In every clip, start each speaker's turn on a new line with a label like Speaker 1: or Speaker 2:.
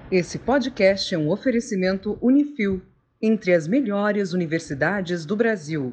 Speaker 1: Esse podcast é um oferecimento Unifil, entre as melhores universidades do Brasil.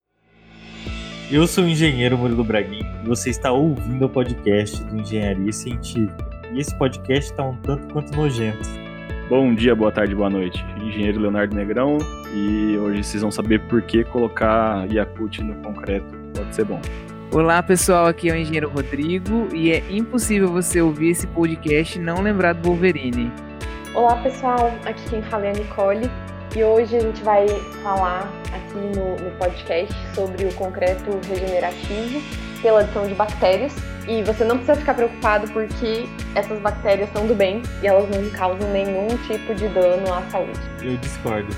Speaker 2: Eu sou o engenheiro Murilo Braguin e você está ouvindo o podcast do Engenharia Científica. E esse podcast está um tanto quanto nojento.
Speaker 3: Bom dia, boa tarde, boa noite. Engenheiro Leonardo Negrão, e hoje vocês vão saber por que colocar Yakult no concreto pode ser bom.
Speaker 4: Olá pessoal, aqui é o engenheiro Rodrigo e é impossível você ouvir esse podcast e não lembrar do Wolverine.
Speaker 5: Olá pessoal, aqui quem fala é a Nicole e hoje a gente vai falar aqui no podcast sobre o concreto regenerativo pela adição de bactérias. E você não precisa ficar preocupado porque essas bactérias são do bem e elas não causam nenhum tipo de dano à saúde.
Speaker 2: Eu discordo.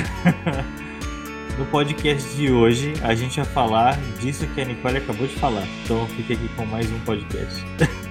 Speaker 2: No podcast de hoje, a gente vai falar disso que a Nicole acabou de falar. Então fique aqui com mais um podcast.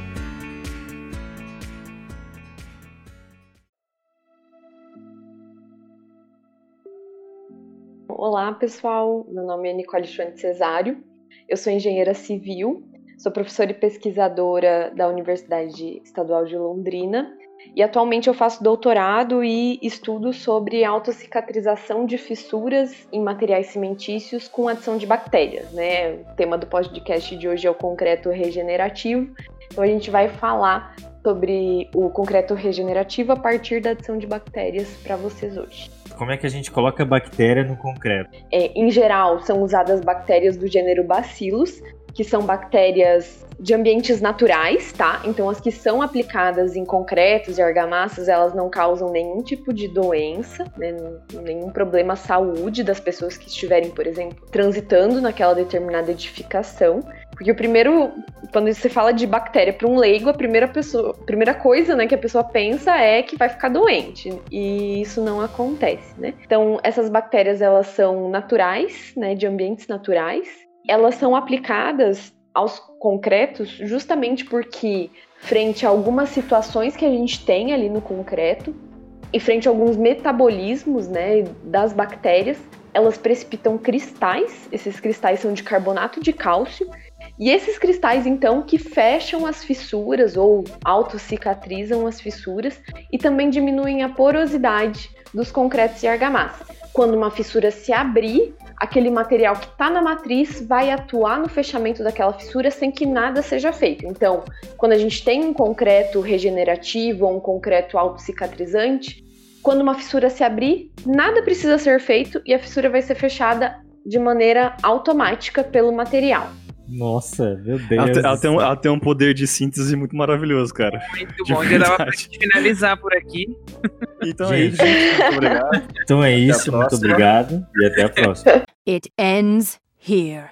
Speaker 5: Olá pessoal, meu nome é Nicole Schwantz Cesário, eu sou engenheira civil, sou professora e pesquisadora da Universidade Estadual de Londrina e atualmente eu faço doutorado e estudo sobre autocicatrização de fissuras em materiais cimentícios com adição de bactérias, né? O tema do podcast de hoje é o concreto regenerativo, então a gente vai falar sobre o concreto regenerativo a partir da adição de bactérias para vocês hoje.
Speaker 2: Como é que a gente coloca bactéria no concreto?
Speaker 5: Em geral, são usadas bactérias do gênero Bacillus, que são bactérias de ambientes naturais, tá? Então, as que são aplicadas em concretos e argamassas, elas não causam nenhum tipo de doença, né? Nenhum problema à saúde das pessoas que estiverem, por exemplo, transitando naquela determinada edificação. Porque quando você fala de bactéria para um leigo, a primeira coisa, né, que a pessoa pensa é que vai ficar doente. E isso não acontece, né? Então, essas bactérias, elas são naturais, né, de ambientes naturais. Elas são aplicadas aos concretos justamente porque, frente a algumas situações que a gente tem ali no concreto e frente a alguns metabolismos, né, das bactérias, elas precipitam cristais. Esses cristais são de carbonato de cálcio. E esses cristais, então, que fecham as fissuras ou autocicatrizam as fissuras e também diminuem a porosidade dos concretos e argamassa. Quando uma fissura se abrir, aquele material que está na matriz vai atuar no fechamento daquela fissura sem que nada seja feito. Então, quando a gente tem um concreto regenerativo ou um concreto autocicatrizante, quando uma fissura se abrir, nada precisa ser feito e a fissura vai ser fechada de maneira automática pelo material.
Speaker 2: Nossa, meu Deus.
Speaker 3: Ela tem um poder de síntese muito maravilhoso, cara.
Speaker 4: Muito bom, já dava pra gente finalizar por aqui.
Speaker 3: Então
Speaker 2: Gente.
Speaker 3: é isso, gente. Muito obrigado.
Speaker 2: Então é isso, muito obrigado e até a próxima.
Speaker 6: It ends here.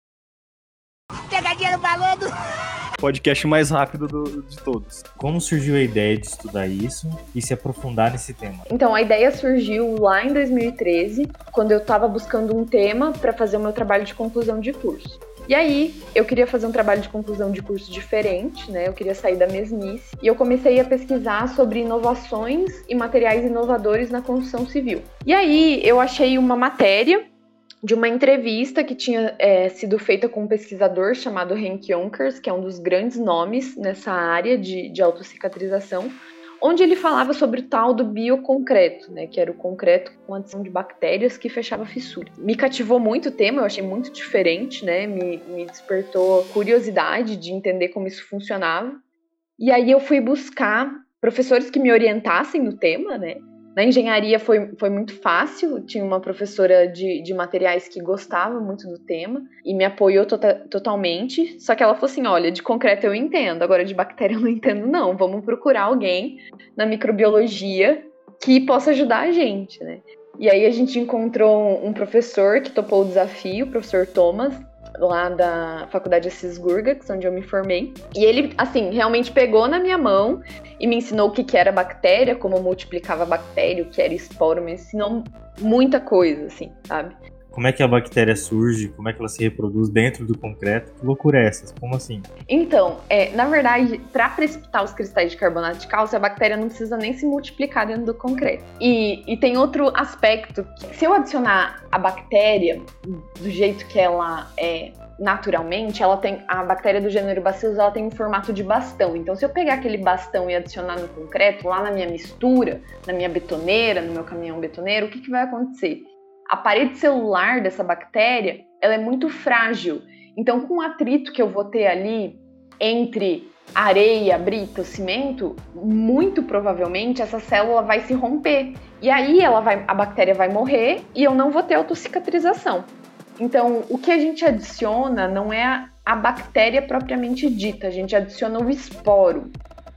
Speaker 7: Pegadinha no malandro!
Speaker 3: Podcast mais rápido de todos.
Speaker 2: Como surgiu a ideia de estudar isso e se aprofundar nesse tema?
Speaker 5: Então, a ideia surgiu lá em 2013, quando eu estava buscando um tema para fazer o meu trabalho de conclusão de curso. E aí, eu queria fazer um trabalho de conclusão de curso diferente, né? Eu queria sair da mesmice. E eu comecei a pesquisar sobre inovações e materiais inovadores na construção civil. E aí, eu achei uma matéria de uma entrevista que tinha sido feita com um pesquisador chamado Henk Jonkers, que é um dos grandes nomes nessa área de autocicatrização, onde ele falava sobre o tal do bioconcreto, né, que era o concreto com adição de bactérias que fechava a fissura. Me cativou muito o tema, eu achei muito diferente, né, me despertou curiosidade de entender como isso funcionava. E aí eu fui buscar professores que me orientassem no tema, né. Na engenharia foi muito fácil, tinha uma professora de materiais que gostava muito do tema e me apoiou totalmente, só que ela falou assim, olha, de concreto eu entendo, agora de bactéria eu não entendo não, vamos procurar alguém na microbiologia que possa ajudar a gente, né? E aí a gente encontrou um professor que topou o desafio, o professor Thomas, lá da Faculdade Assis Gurgax, onde eu me formei. E ele, assim, realmente pegou na minha mão e me ensinou o que era bactéria, como multiplicava a bactéria, o que era esporo, me ensinou muita coisa, assim, sabe?
Speaker 2: Como é que a bactéria surge? Como é que ela se reproduz dentro do concreto? Que loucura é essa? Como assim?
Speaker 5: Então, na verdade, para precipitar os cristais de carbonato de cálcio, a bactéria não precisa nem se multiplicar dentro do concreto. E tem outro aspecto, que se eu adicionar a bactéria do jeito que ela é naturalmente, a bactéria do gênero Bacillus, ela tem um formato de bastão. Então, se eu pegar aquele bastão e adicionar no concreto, lá na minha mistura, na minha betoneira, no meu caminhão betoneiro, o que vai acontecer? A parede celular dessa bactéria, ela é muito frágil. Então, com o atrito que eu vou ter ali entre areia, brita, cimento, muito provavelmente essa célula vai se romper. E aí a bactéria vai morrer e eu não vou ter autocicatrização. Então, o que a gente adiciona não é a bactéria propriamente dita, a gente adiciona o esporo.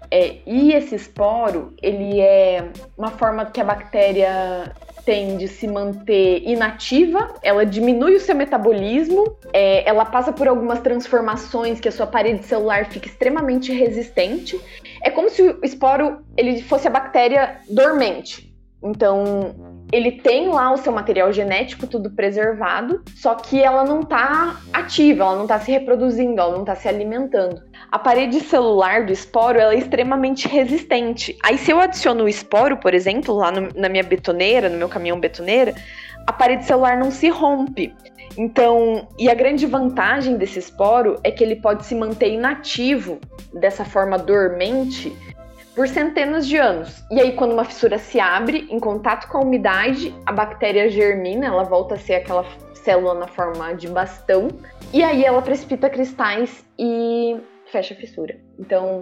Speaker 5: E esse esporo, ele é uma forma que a bactéria tem de se manter inativa, ela diminui o seu metabolismo, ela passa por algumas transformações que a sua parede celular fica extremamente resistente. É como se o esporo ele fosse a bactéria dormente. Então, ele tem lá o seu material genético tudo preservado, só que ela não está ativa, ela não está se reproduzindo, ela não está se alimentando. A parede celular do esporo ela é extremamente resistente. Aí, se eu adiciono o esporo, por exemplo, lá na minha betoneira, no meu caminhão betoneira, a parede celular não se rompe. Então, e a grande vantagem desse esporo é que ele pode se manter inativo dessa forma dormente por centenas de anos. E aí, quando uma fissura se abre, em contato com a umidade, a bactéria germina, ela volta a ser aquela célula na forma de bastão, e aí ela precipita cristais e fecha a fissura. Então,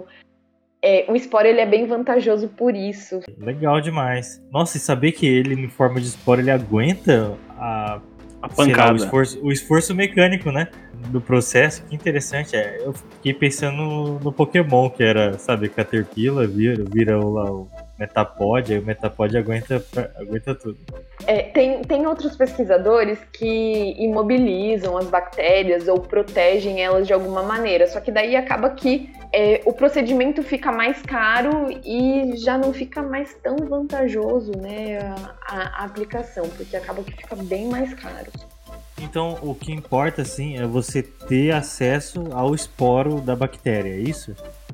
Speaker 5: o esporo ele é bem vantajoso por isso.
Speaker 2: Legal demais. Nossa, e saber que ele, em forma de esporo, ele aguenta a
Speaker 3: pancada.
Speaker 2: Lá, o esforço mecânico, né? Do processo, que interessante. Eu fiquei pensando no Pokémon, que era, sabe, Caterpillar, vira o Metapod, aí o Metapod aguenta tudo.
Speaker 5: Tem outros pesquisadores que imobilizam as bactérias ou protegem elas de alguma maneira, só que daí acaba que o procedimento fica mais caro e já não fica mais tão vantajoso, né, a aplicação, porque acaba que fica bem mais caro.
Speaker 2: Então, o que importa, assim, é você ter acesso ao esporo da bactéria, é isso?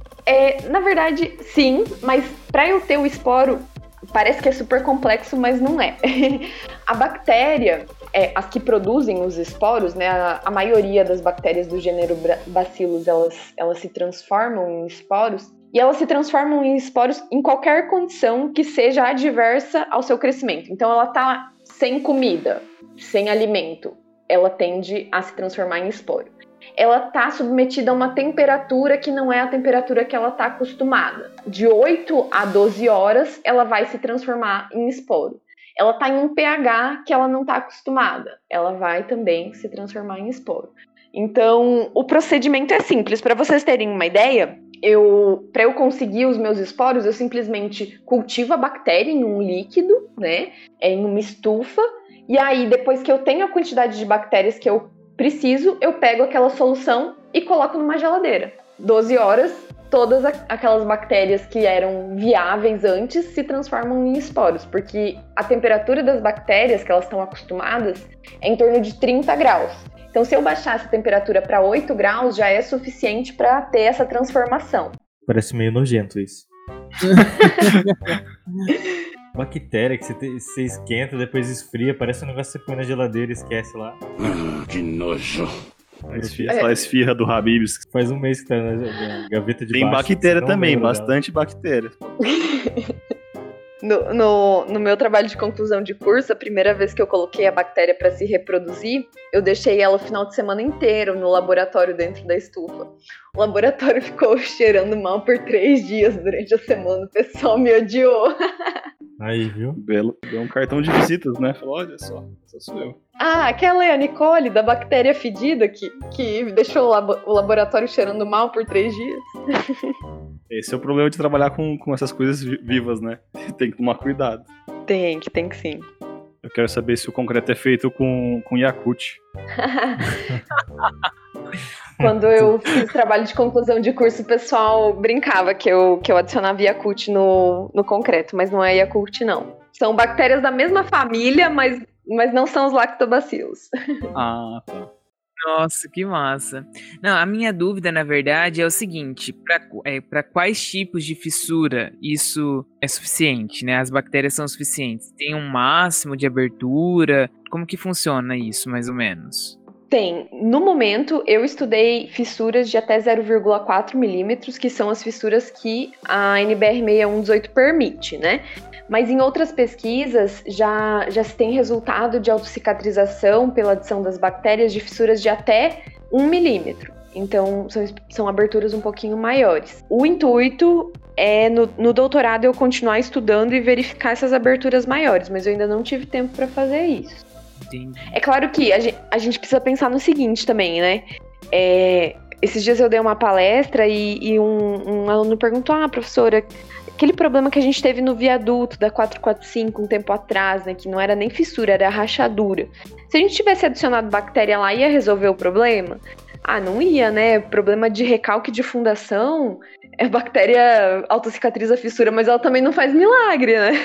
Speaker 5: Na verdade, sim, mas para eu ter o esporo, parece que é super complexo, mas não é. A bactéria, as que produzem os esporos, né, a maioria das bactérias do gênero Bacillus, elas se transformam em esporos, e elas se transformam em esporos em qualquer condição que seja adversa ao seu crescimento. Então, ela está sem comida, sem alimento, ela tende a se transformar em esporo. Ela está submetida a uma temperatura que não é a temperatura que ela está acostumada. De 8 a 12 horas, ela vai se transformar em esporo. Ela está em um pH que ela não está acostumada. Ela vai também se transformar em esporo. Então, o procedimento é simples. Para vocês terem uma ideia, para eu conseguir os meus esporos, eu simplesmente cultivo a bactéria em um líquido, né, em uma estufa. E aí, depois que eu tenho a quantidade de bactérias que eu preciso, eu pego aquela solução e coloco numa geladeira. 12 horas, todas aquelas bactérias que eram viáveis antes se transformam em esporos, porque a temperatura das bactérias que elas estão acostumadas é em torno de 30 graus. Então, se eu baixar essa temperatura para 8 graus, já é suficiente para ter essa transformação.
Speaker 2: Parece meio nojento isso. Bactéria que você esquenta, depois esfria, parece um negócio que você põe na geladeira e esquece lá.
Speaker 7: Que nojo.
Speaker 3: A esfirra do Habib's.
Speaker 2: Faz um mês que tá na gaveta de
Speaker 3: Tem
Speaker 2: baixo.
Speaker 3: bactéria também, bastante bactéria.
Speaker 5: No meu trabalho de conclusão de curso, a primeira vez que eu coloquei a bactéria para se reproduzir, eu deixei ela o final de semana inteiro no laboratório dentro da estufa. O laboratório ficou cheirando mal por 3 dias durante a semana, o pessoal me odiou.
Speaker 2: Aí, viu?
Speaker 3: Belo. Deu um cartão de visitas, né? Falou, olha só, essa sou eu.
Speaker 5: Ah, aquela é a Nicole, da bactéria fedida, que deixou o laboratório cheirando mal por 3 dias.
Speaker 3: Esse é o problema de trabalhar com essas coisas vivas, né? Tem que tomar cuidado.
Speaker 5: Tem que sim.
Speaker 3: Eu quero saber se o concreto é feito com Yakult.
Speaker 5: Quando eu fiz trabalho de conclusão de curso, o pessoal brincava que eu adicionava Yakult no concreto, mas não é Yakult, não. São bactérias da mesma família, mas não são os lactobacilos.
Speaker 3: Ah, tá.
Speaker 4: Nossa, que massa. Não, a minha dúvida, na verdade, é o seguinte: para quais tipos de fissura isso é suficiente, né? As bactérias são suficientes? Tem um máximo de abertura? Como que funciona isso, mais ou menos?
Speaker 5: Tem. No momento, eu estudei fissuras de até 0,4 milímetros, que são as fissuras que a NBR 6118 permite, né? Mas em outras pesquisas, já se tem resultado de autocicatrização pela adição das bactérias de fissuras de até 1 milímetro. Então, são aberturas um pouquinho maiores. O intuito é, no doutorado, eu continuar estudando e verificar essas aberturas maiores, mas eu ainda não tive tempo para fazer isso.
Speaker 4: Entendi.
Speaker 5: É claro que a gente precisa pensar no seguinte também, né? Esses dias eu dei uma palestra e um aluno perguntou: professora, aquele problema que a gente teve no viaduto da 445 um tempo atrás, né? Que não era nem fissura, era rachadura. Se a gente tivesse adicionado bactéria lá, ia resolver o problema? Não ia, né? Problema de recalque de fundação, a bactéria autocicatriza a fissura, mas ela também não faz milagre, né?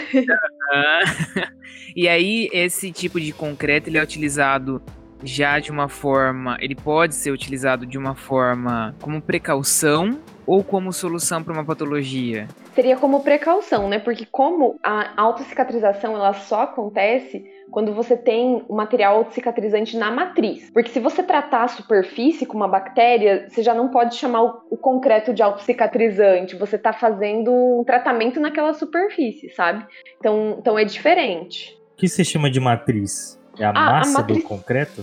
Speaker 4: E aí, esse tipo de concreto, ele é utilizado já de uma forma... Ele pode ser utilizado de uma forma como precaução ou como solução para uma patologia?
Speaker 5: Seria como precaução, né? Porque como a autocicatrização, ela só acontece quando você tem o material autocicatrizante na matriz. Porque se você tratar a superfície com uma bactéria, você já não pode chamar o concreto de autocicatrizante. Você está fazendo um tratamento naquela superfície, sabe? Então é diferente.
Speaker 2: O que você chama de matriz? É a massa do concreto?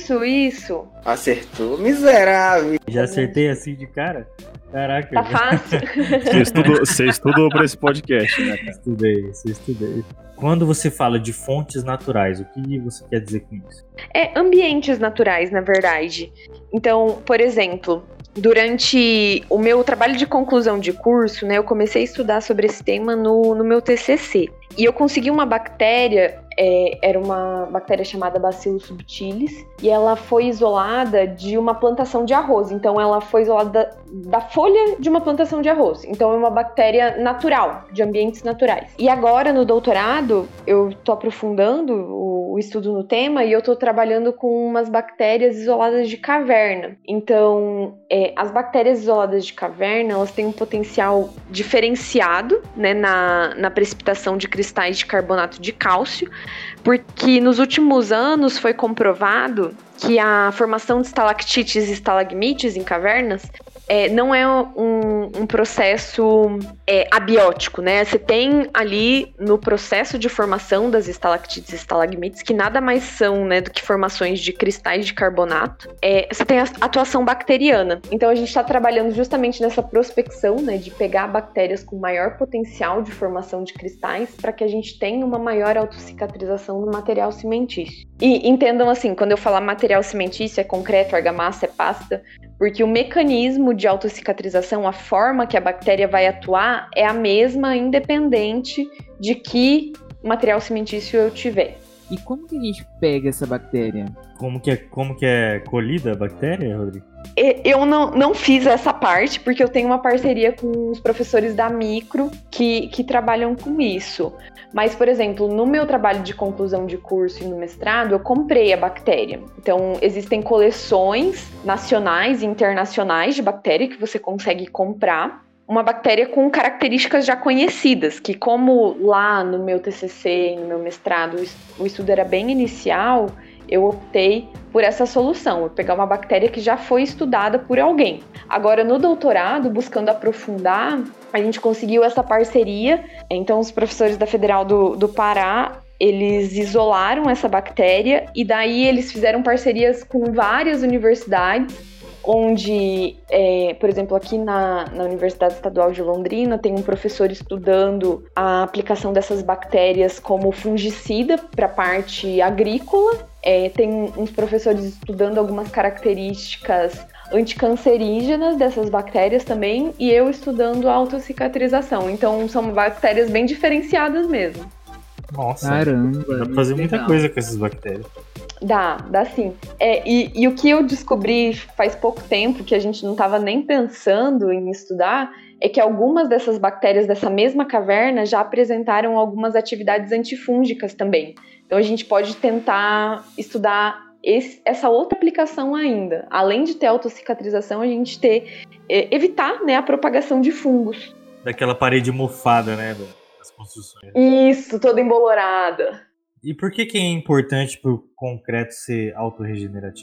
Speaker 5: Isso.
Speaker 8: Acertou, miserável.
Speaker 2: Já acertei assim de cara? Caraca.
Speaker 5: Tá fácil.
Speaker 3: Você estudou pra esse podcast, né, cara?
Speaker 2: Estudei. Quando você fala de fontes naturais, o que você quer dizer com isso?
Speaker 5: Ambientes naturais, na verdade. Então, por exemplo, durante o meu trabalho de conclusão de curso, né, eu comecei a estudar sobre esse tema no meu TCC. E eu consegui uma bactéria, era uma bactéria chamada Bacillus subtilis, e ela foi isolada de uma plantação de arroz. Então, ela foi isolada da folha de uma plantação de arroz. Então, é uma bactéria natural, de ambientes naturais. E agora, no doutorado, eu tô aprofundando o estudo no tema e eu tô trabalhando com umas bactérias isoladas de caverna. Então, as bactérias isoladas de caverna, elas têm um potencial diferenciado, né, na precipitação de cristais de carbonato de cálcio, porque nos últimos anos foi comprovado que a formação de estalactites e estalagmites em cavernas não é um processo abiótico, né? Você tem ali no processo de formação das estalactites e estalagmites, que nada mais são, né, do que formações de cristais de carbonato, você tem a atuação bacteriana. Então a gente está trabalhando justamente nessa prospecção, né, de pegar bactérias com maior potencial de formação de cristais para que a gente tenha uma maior autocicatrização no material cimentício. E entendam assim, quando eu falar material cimentício, é concreto, argamassa, é pasta, porque o mecanismo de autocicatrização, a forma que a bactéria vai atuar é a mesma, independente de que material cimentício eu tiver.
Speaker 4: E como que a gente pega essa bactéria?
Speaker 2: Como que é colhida a bactéria, Rodrigo?
Speaker 5: Eu não fiz essa parte, porque eu tenho uma parceria com os professores da Micro que trabalham com isso. Mas, por exemplo, no meu trabalho de conclusão de curso e no mestrado, eu comprei a bactéria. Então, existem coleções nacionais e internacionais de bactéria que você consegue comprar. Uma bactéria com características já conhecidas, que como lá no meu TCC e no meu mestrado o estudo era bem inicial, eu optei por essa solução, eu pegar uma bactéria que já foi estudada por alguém. Agora, no doutorado, buscando aprofundar, a gente conseguiu essa parceria. Então, os professores da Federal do Pará, eles isolaram essa bactéria e daí eles fizeram parcerias com várias universidades, onde, por exemplo, aqui na Universidade Estadual de Londrina, tem um professor estudando a aplicação dessas bactérias como fungicida para a parte agrícola. Tem uns professores estudando algumas características anticancerígenas dessas bactérias também, e eu estudando a autocicatrização. Então, são bactérias bem diferenciadas mesmo.
Speaker 2: Nossa,
Speaker 4: caramba,
Speaker 2: dá pra fazer muita coisa com essas bactérias.
Speaker 5: Dá sim. E o que eu descobri faz pouco tempo, que a gente não estava nem pensando em estudar, é que algumas dessas bactérias dessa mesma caverna já apresentaram algumas atividades antifúngicas também. Então a gente pode tentar estudar essa outra aplicação ainda. Além de ter autocicatrização, a gente evitar, né, a propagação de fungos.
Speaker 2: Daquela parede mofada, né, das construções.
Speaker 5: Isso, toda embolorada.
Speaker 2: E por que é importante para o concreto ser autorregenerativo?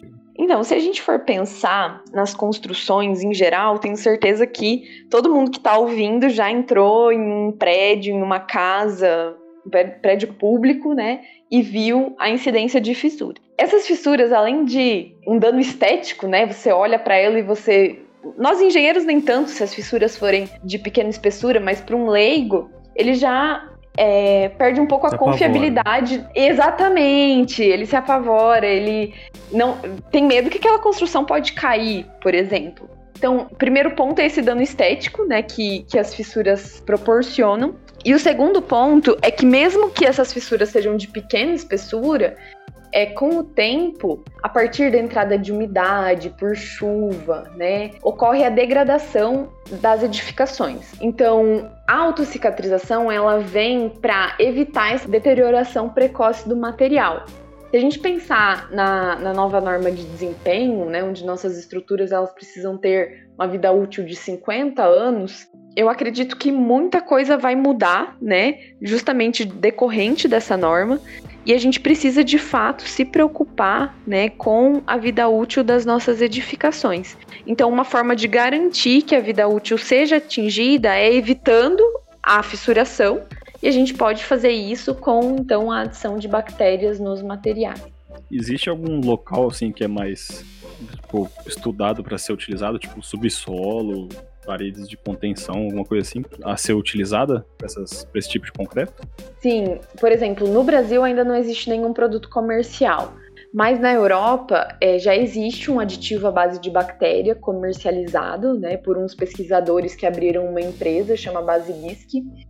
Speaker 5: Então, se a gente for pensar nas construções em geral, tenho certeza que todo mundo que está ouvindo já entrou em um prédio, em uma casa, um prédio público, né? E viu a incidência de fissura. Essas fissuras, além de um dano estético, né? Você olha para ela e você... Nós engenheiros nem tanto, se as fissuras forem de pequena espessura, mas para um leigo, ele já... perde um pouco a confiabilidade. Exatamente, ele se apavora, ele não tem medo que aquela construção pode cair, por exemplo. Então, o primeiro ponto é esse dano estético, né, que as fissuras proporcionam. E o segundo ponto é que mesmo que essas fissuras sejam de pequena espessura, com o tempo, a partir da entrada de umidade, por chuva, né, ocorre a degradação das edificações. Então, a autocicatrização, ela vem para evitar essa deterioração precoce do material. Se a gente pensar na nova norma de desempenho, né, onde nossas estruturas elas precisam ter uma vida útil de 50 anos, eu acredito que muita coisa vai mudar, né, justamente decorrente dessa norma. E a gente precisa, de fato, se preocupar, né, com a vida útil das nossas edificações. Então, uma forma de garantir que a vida útil seja atingida é evitando a fissuração. E a gente pode fazer isso com, então, a adição de bactérias nos materiais.
Speaker 3: Existe algum local, assim, que é mais estudado para ser utilizado, tipo subsolo, paredes de contenção, alguma coisa assim, a ser utilizada para esse tipo de concreto?
Speaker 5: Sim, por exemplo, no Brasil ainda não existe nenhum produto comercial, mas na Europa já existe um aditivo à base de bactéria comercializado, né, por uns pesquisadores que abriram uma empresa, chama Basilisk,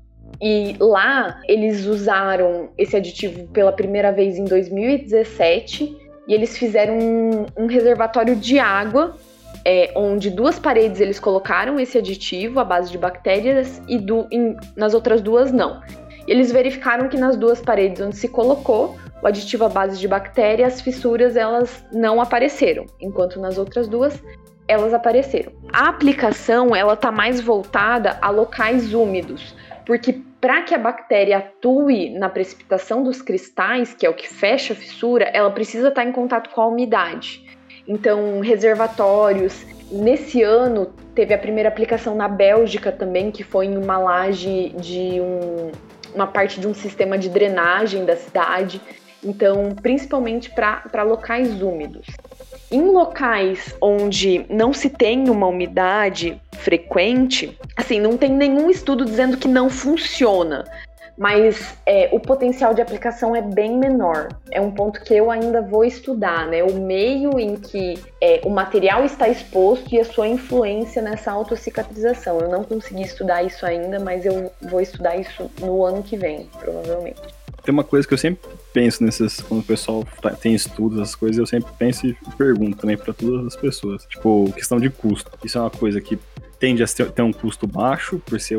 Speaker 5: e lá eles usaram esse aditivo pela primeira vez em 2017 e eles fizeram um reservatório de água onde 2 paredes eles colocaram esse aditivo à base de bactérias e nas outras 2 não. Eles verificaram que nas 2 paredes onde se colocou o aditivo à base de bactéria, as fissuras elas não apareceram, enquanto nas outras 2 elas apareceram. A aplicação ela está mais voltada a locais úmidos, porque para que a bactéria atue na precipitação dos cristais, que é o que fecha a fissura, ela precisa estar em contato com a umidade. Então, reservatórios. Nesse ano, teve a primeira aplicação na Bélgica também, que foi em uma laje de uma parte de um sistema de drenagem da cidade. Então, principalmente para locais úmidos. Em locais onde não se tem uma umidade frequente, assim, não tem nenhum estudo dizendo que não funciona. Mas o potencial de aplicação é bem menor. É um ponto que eu ainda vou estudar, né? O meio em que o material está exposto e a sua influência nessa autocicatrização. Eu não consegui estudar isso ainda, mas eu vou estudar isso no ano que vem, provavelmente.
Speaker 3: Tem uma coisa que eu sempre penso quando o pessoal tem estudos, essas coisas, eu sempre penso e pergunto também para todas as pessoas. Tipo, questão de custo. Isso é uma coisa que tende a ter um custo baixo, por ser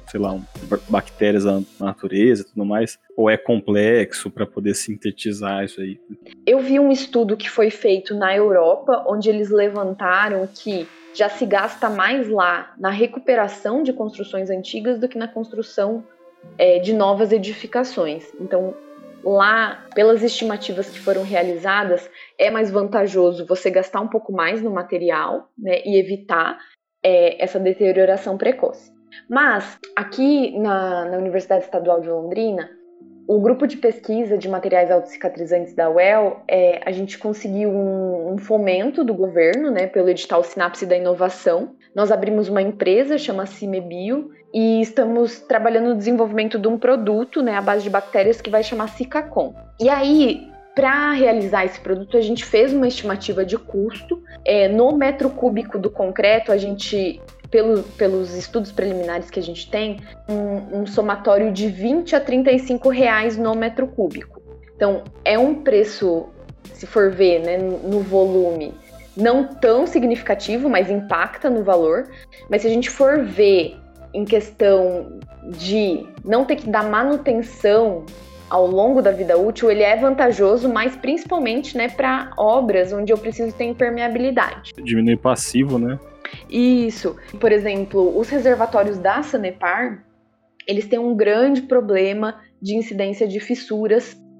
Speaker 3: bactérias da natureza e tudo mais, ou é complexo para poder sintetizar isso aí?
Speaker 5: Eu vi um estudo que foi feito na Europa, onde eles levantaram que já se gasta mais lá na recuperação de construções antigas do que na construção de novas edificações. Então, lá, pelas estimativas que foram realizadas, é mais vantajoso você gastar um pouco mais no material, né, e evitar essa deterioração precoce. Mas, aqui na Universidade Estadual de Londrina, o grupo de pesquisa de materiais autocicatrizantes da UEL, a gente conseguiu um fomento do governo, né, pelo edital Sinapse da Inovação. Nós abrimos uma empresa, chama Cimebio, e estamos trabalhando no desenvolvimento de um produto, né, à base de bactérias que vai chamar Cicacom. E aí, para realizar esse produto, a gente fez uma estimativa de custo. No metro cúbico do concreto, a gente, pelos estudos preliminares que a gente tem, um somatório de R$20 a R$35 no metro cúbico. Então, é um preço, se for ver, né, no volume, não tão significativo, mas impacta no valor. Mas se a gente for ver em questão de não ter que dar manutenção ao longo da vida útil, ele é vantajoso, mas principalmente, né, para obras onde eu preciso ter impermeabilidade.
Speaker 3: Diminuir passivo, né?
Speaker 5: Isso. Por exemplo, os reservatórios da Sanepar, eles têm um grande problema de incidência de fissuras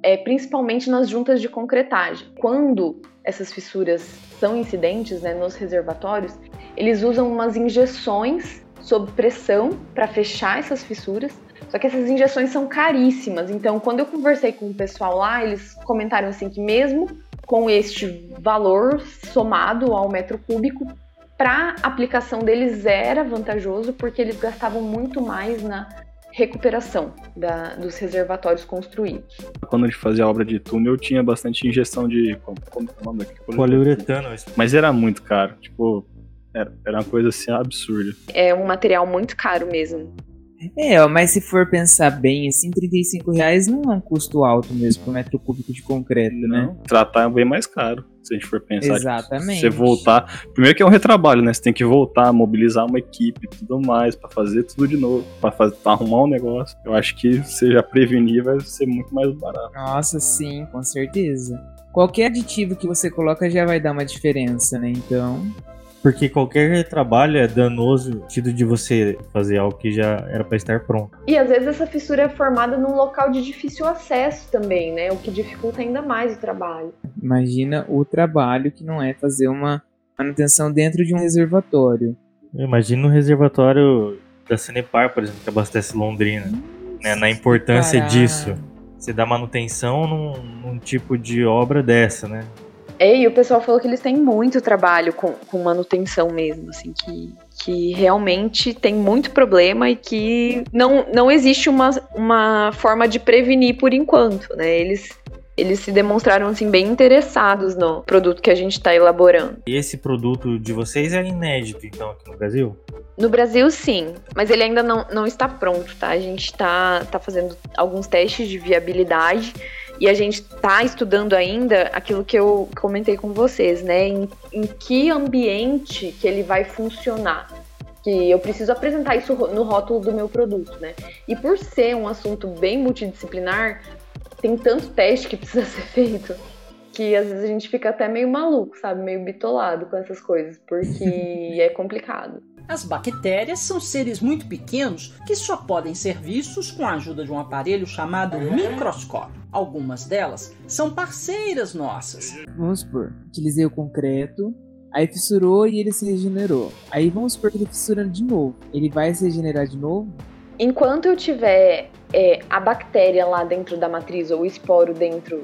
Speaker 5: principalmente nas juntas de concretagem. Quando essas fissuras são incidentes, né, nos reservatórios, eles usam umas injeções sob pressão para fechar essas fissuras. Só que essas injeções são caríssimas. Então, quando eu conversei com o pessoal lá, eles comentaram assim que mesmo com este valor somado ao metro cúbico, para a aplicação deles era vantajoso, porque eles gastavam muito mais na recuperação dos reservatórios construídos.
Speaker 3: Quando a gente fazia a obra de túnel, tinha bastante injeção de... Como é o nome daquilo?
Speaker 2: Poliuretano.
Speaker 3: Mas era muito caro. Tipo, era uma coisa assim absurda.
Speaker 5: É um material muito caro mesmo.
Speaker 4: Mas se for pensar bem, assim, R$35 não é um custo alto mesmo pro metro cúbico de concreto, né?
Speaker 3: Tratar é bem mais caro, se a gente for pensar.
Speaker 4: Exatamente.
Speaker 3: Você voltar... Primeiro que é um retrabalho, né? Você tem que voltar, mobilizar uma equipe e tudo mais, pra fazer tudo de novo, pra arrumar um negócio. Eu acho que você já prevenir vai ser muito mais barato.
Speaker 4: Nossa, sim, com certeza. Qualquer aditivo que você coloca já vai dar uma diferença, né? Então...
Speaker 2: Porque qualquer trabalho é danoso no sentido de você fazer algo que já era para estar pronto.
Speaker 5: E às vezes essa fissura é formada num local de difícil acesso também, né? O que dificulta ainda mais o trabalho.
Speaker 4: Imagina o trabalho que não é fazer uma manutenção dentro de um reservatório.
Speaker 2: Imagina o reservatório da Sanepar, por exemplo, que abastece Londrina. Né? Na importância disso. Você dá manutenção num tipo de obra dessa, né?
Speaker 5: E o pessoal falou que eles têm muito trabalho com manutenção mesmo, assim, que realmente tem muito problema e que não existe uma forma de prevenir por enquanto, né? Eles se demonstraram, assim, bem interessados no produto que a gente está elaborando.
Speaker 2: E esse produto de vocês é inédito, então, aqui no Brasil?
Speaker 5: No Brasil, sim, mas ele ainda não está pronto, tá? A gente tá fazendo alguns testes de viabilidade. E a gente está estudando ainda aquilo que eu comentei com vocês, né? Em que ambiente que ele vai funcionar. Que eu preciso apresentar isso no rótulo do meu produto, né? E por ser um assunto bem multidisciplinar, tem tanto teste que precisa ser feito, que às vezes a gente fica até meio maluco, sabe? Meio bitolado com essas coisas, porque é complicado.
Speaker 9: As bactérias são seres muito pequenos que só podem ser vistos com a ajuda de um aparelho chamado microscópio. Algumas delas são parceiras nossas.
Speaker 4: Vamos supor, utilizei o concreto, aí fissurou e ele se regenerou. Aí vamos supor que ele fissura de novo. Ele vai se regenerar de novo?
Speaker 5: Enquanto eu tiver a bactéria lá dentro da matriz ou o esporo dentro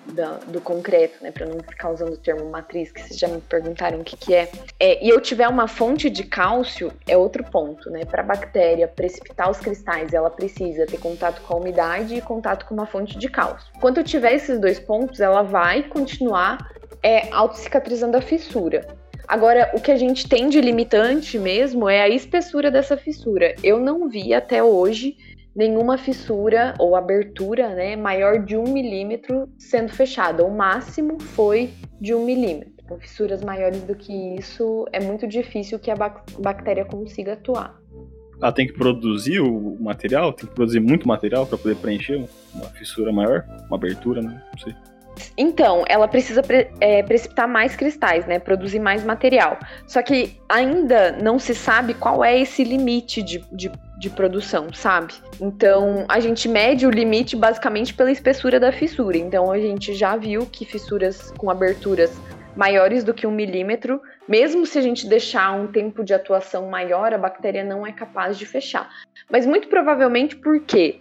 Speaker 5: do concreto, né, para não ficar usando o termo matriz, que vocês já me perguntaram o que é, e eu tiver uma fonte de cálcio, é outro ponto, né, para a bactéria precipitar os cristais, ela precisa ter contato com a umidade e contato com uma fonte de cálcio. Quando eu tiver esses dois pontos, ela vai continuar autocicatrizando a fissura. Agora, o que a gente tem de limitante mesmo é a espessura dessa fissura. Eu não vi até hoje nenhuma fissura ou abertura, né, maior de 1 milímetro sendo fechada. O máximo foi de 1 milímetro. Com fissuras maiores do que isso, é muito difícil que a bactéria consiga atuar.
Speaker 3: Ela tem que produzir o material? Tem que produzir muito material para poder preencher uma fissura maior? Uma abertura, né? Não sei.
Speaker 5: Então, ela precisa precipitar mais cristais, né? Produzir mais material. Só que ainda não se sabe qual é esse limite de produção, sabe? Então, a gente mede o limite basicamente pela espessura da fissura. Então, a gente já viu que fissuras com aberturas maiores do que 1 milímetro, mesmo se a gente deixar um tempo de atuação maior, a bactéria não é capaz de fechar. Mas muito provavelmente porque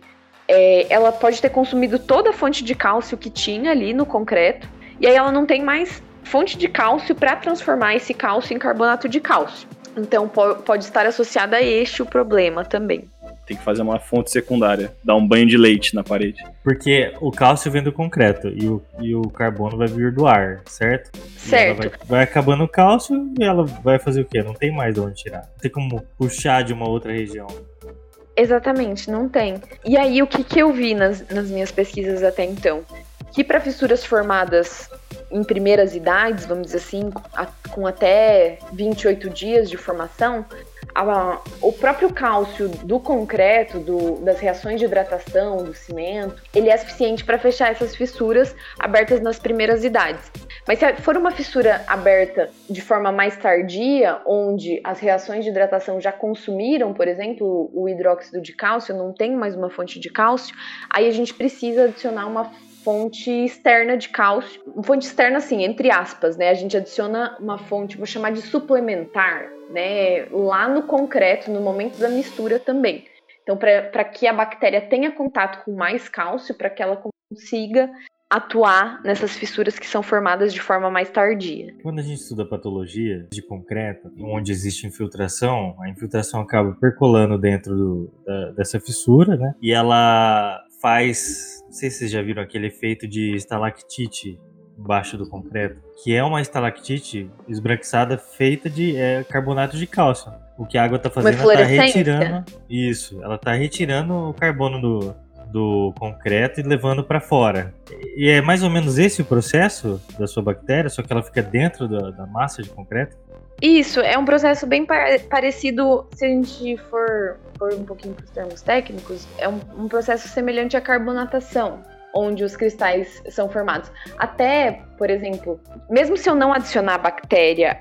Speaker 5: ela pode ter consumido toda a fonte de cálcio que tinha ali no concreto, e aí ela não tem mais fonte de cálcio para transformar esse cálcio em carbonato de cálcio. Então pode estar associada a este o problema também.
Speaker 3: Tem que fazer uma fonte secundária, dar um banho de leite na parede.
Speaker 2: Porque o cálcio vem do concreto e o carbono vai vir do ar, certo?
Speaker 5: Certo.
Speaker 2: Vai acabando o cálcio e ela vai fazer o quê? Não tem mais de onde tirar. Não tem como puxar de uma outra região.
Speaker 5: Exatamente, não tem. E aí, o que eu vi nas minhas pesquisas até então? Que para fissuras formadas em primeiras idades, vamos dizer assim, com até 28 dias de formação, o próprio cálcio do concreto, das reações de hidratação, do cimento, ele é suficiente para fechar essas fissuras abertas nas primeiras idades. Mas se for uma fissura aberta de forma mais tardia, onde as reações de hidratação já consumiram, por exemplo, o hidróxido de cálcio, não tem mais uma fonte de cálcio, aí a gente precisa adicionar fonte externa de cálcio. Fonte externa, assim, entre aspas, né? A gente adiciona uma fonte, vou chamar de suplementar, né? Lá no concreto, no momento da mistura também. Então, para que a bactéria tenha contato com mais cálcio, para que ela consiga atuar nessas fissuras que são formadas de forma mais tardia.
Speaker 2: Quando a gente estuda patologia de concreto, onde existe infiltração, a infiltração acaba percolando dentro dessa fissura, né? E ela faz, não sei se vocês já viram aquele efeito de estalactite embaixo do concreto, que é uma estalactite esbranquiçada feita de carbonato de cálcio. O que a água está fazendo, ela está retirando isso, ela está retirando o carbono do concreto e levando para fora. E é mais ou menos esse o processo da sua bactéria, só que ela fica dentro da massa de concreto?
Speaker 5: Isso, é um processo bem parecido, se a gente for um pouquinho para os termos técnicos, é um processo semelhante à carbonatação, onde os cristais são formados. Até, por exemplo, mesmo se eu não adicionar a bactéria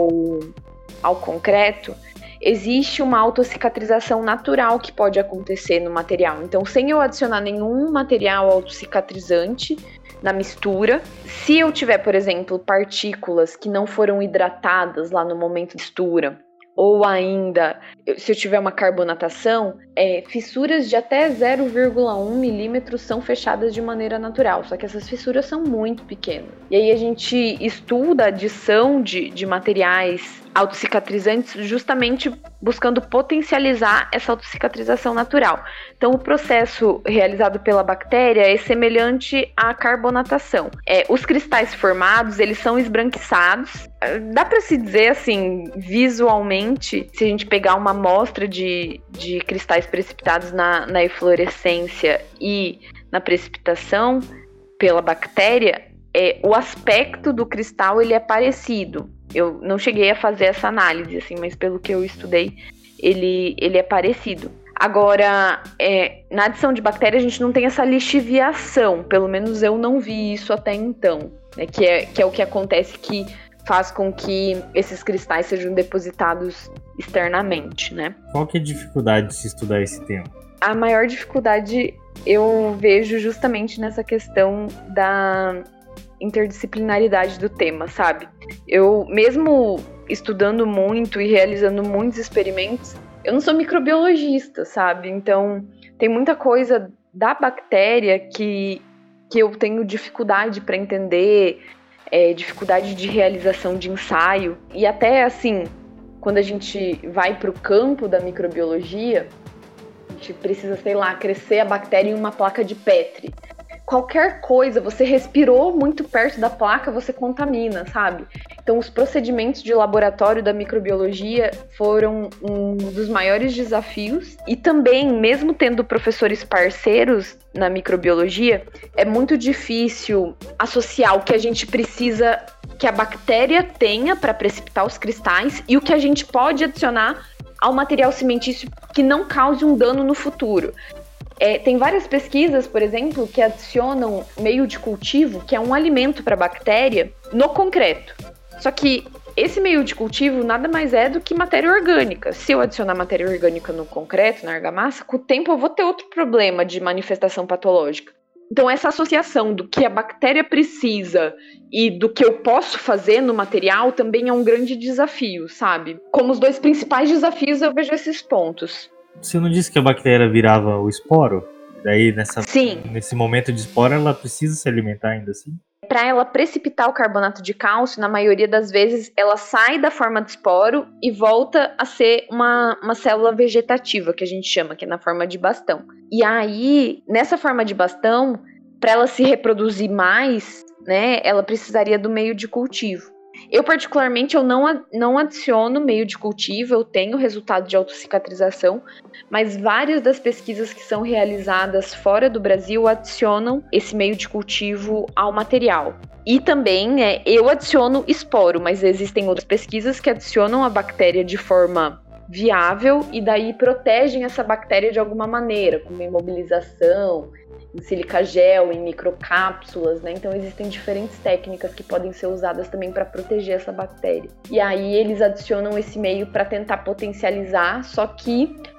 Speaker 5: ao concreto, existe uma autocicatrização natural que pode acontecer no material. Então, sem eu adicionar nenhum material autocicatrizante na mistura, se eu tiver, por exemplo, partículas que não foram hidratadas lá no momento da mistura, ou ainda, se eu tiver uma carbonatação, fissuras de até 0,1 milímetro são fechadas de maneira natural, só que essas fissuras são muito pequenas. E aí a gente estuda a adição de materiais autocicatrizantes justamente buscando potencializar essa autocicatrização natural. Então, o processo realizado pela bactéria é semelhante à carbonatação. Os cristais formados, eles são esbranquiçados. Dá para se dizer, assim, visualmente, se a gente pegar uma amostra de cristais precipitados na eflorescência e na precipitação pela bactéria, o aspecto do cristal ele é parecido. Eu não cheguei a fazer essa análise, assim, mas pelo que eu estudei, ele é parecido. Agora, na adição de bactéria, a gente não tem essa lixiviação, pelo menos eu não vi isso até então, né, que é o que acontece que faz com que esses cristais sejam depositados externamente, né?
Speaker 2: Qual que é a dificuldade de se estudar esse tema?
Speaker 5: A maior dificuldade eu vejo justamente nessa questão da interdisciplinaridade do tema, sabe? Eu, mesmo estudando muito e realizando muitos experimentos, eu não sou microbiologista, sabe? Então, tem muita coisa da bactéria que eu tenho dificuldade para entender, dificuldade de realização de ensaio. E até, assim, quando a gente vai para o campo da microbiologia, a gente precisa, sei lá, crescer a bactéria em uma placa de Petri. Qualquer coisa, você respirou muito perto da placa, você contamina, sabe? Então, os procedimentos de laboratório da microbiologia foram um dos maiores desafios. E também, mesmo tendo professores parceiros na microbiologia, é muito difícil associar o que a gente precisa que a bactéria tenha para precipitar os cristais e o que a gente pode adicionar ao material cimentício que não cause um dano no futuro. Tem várias pesquisas, por exemplo, que adicionam meio de cultivo, que é um alimento para a bactéria, no concreto. Só que esse meio de cultivo nada mais é do que matéria orgânica. Se eu adicionar matéria orgânica no concreto, na argamassa, com o tempo eu vou ter outro problema de manifestação patológica. Então, essa associação do que a bactéria precisa e do que eu posso fazer no material também é um grande desafio, sabe? Como os dois principais desafios, eu vejo esses pontos.
Speaker 2: Você não disse que a bactéria virava o esporo? Daí, nesse momento de esporo, ela precisa se alimentar ainda assim?
Speaker 5: Para ela precipitar o carbonato de cálcio, na maioria das vezes, ela sai da forma de esporo e volta a ser uma célula vegetativa, que a gente chama, que é na forma de bastão. E aí, nessa forma de bastão, para ela se reproduzir mais, né, ela precisaria do meio de cultivo. Eu, particularmente, eu não adiciono meio de cultivo, eu tenho resultado de autocicatrização, mas várias das pesquisas que são realizadas fora do Brasil adicionam esse meio de cultivo ao material. E também eu adiciono esporo, mas existem outras pesquisas que adicionam a bactéria de forma viável e daí protegem essa bactéria de alguma maneira, como imobilização, em silica gel, em microcápsulas, né? Então existem diferentes técnicas que podem ser usadas também para proteger essa bactéria. E aí eles adicionam esse meio para tentar potencializar, só que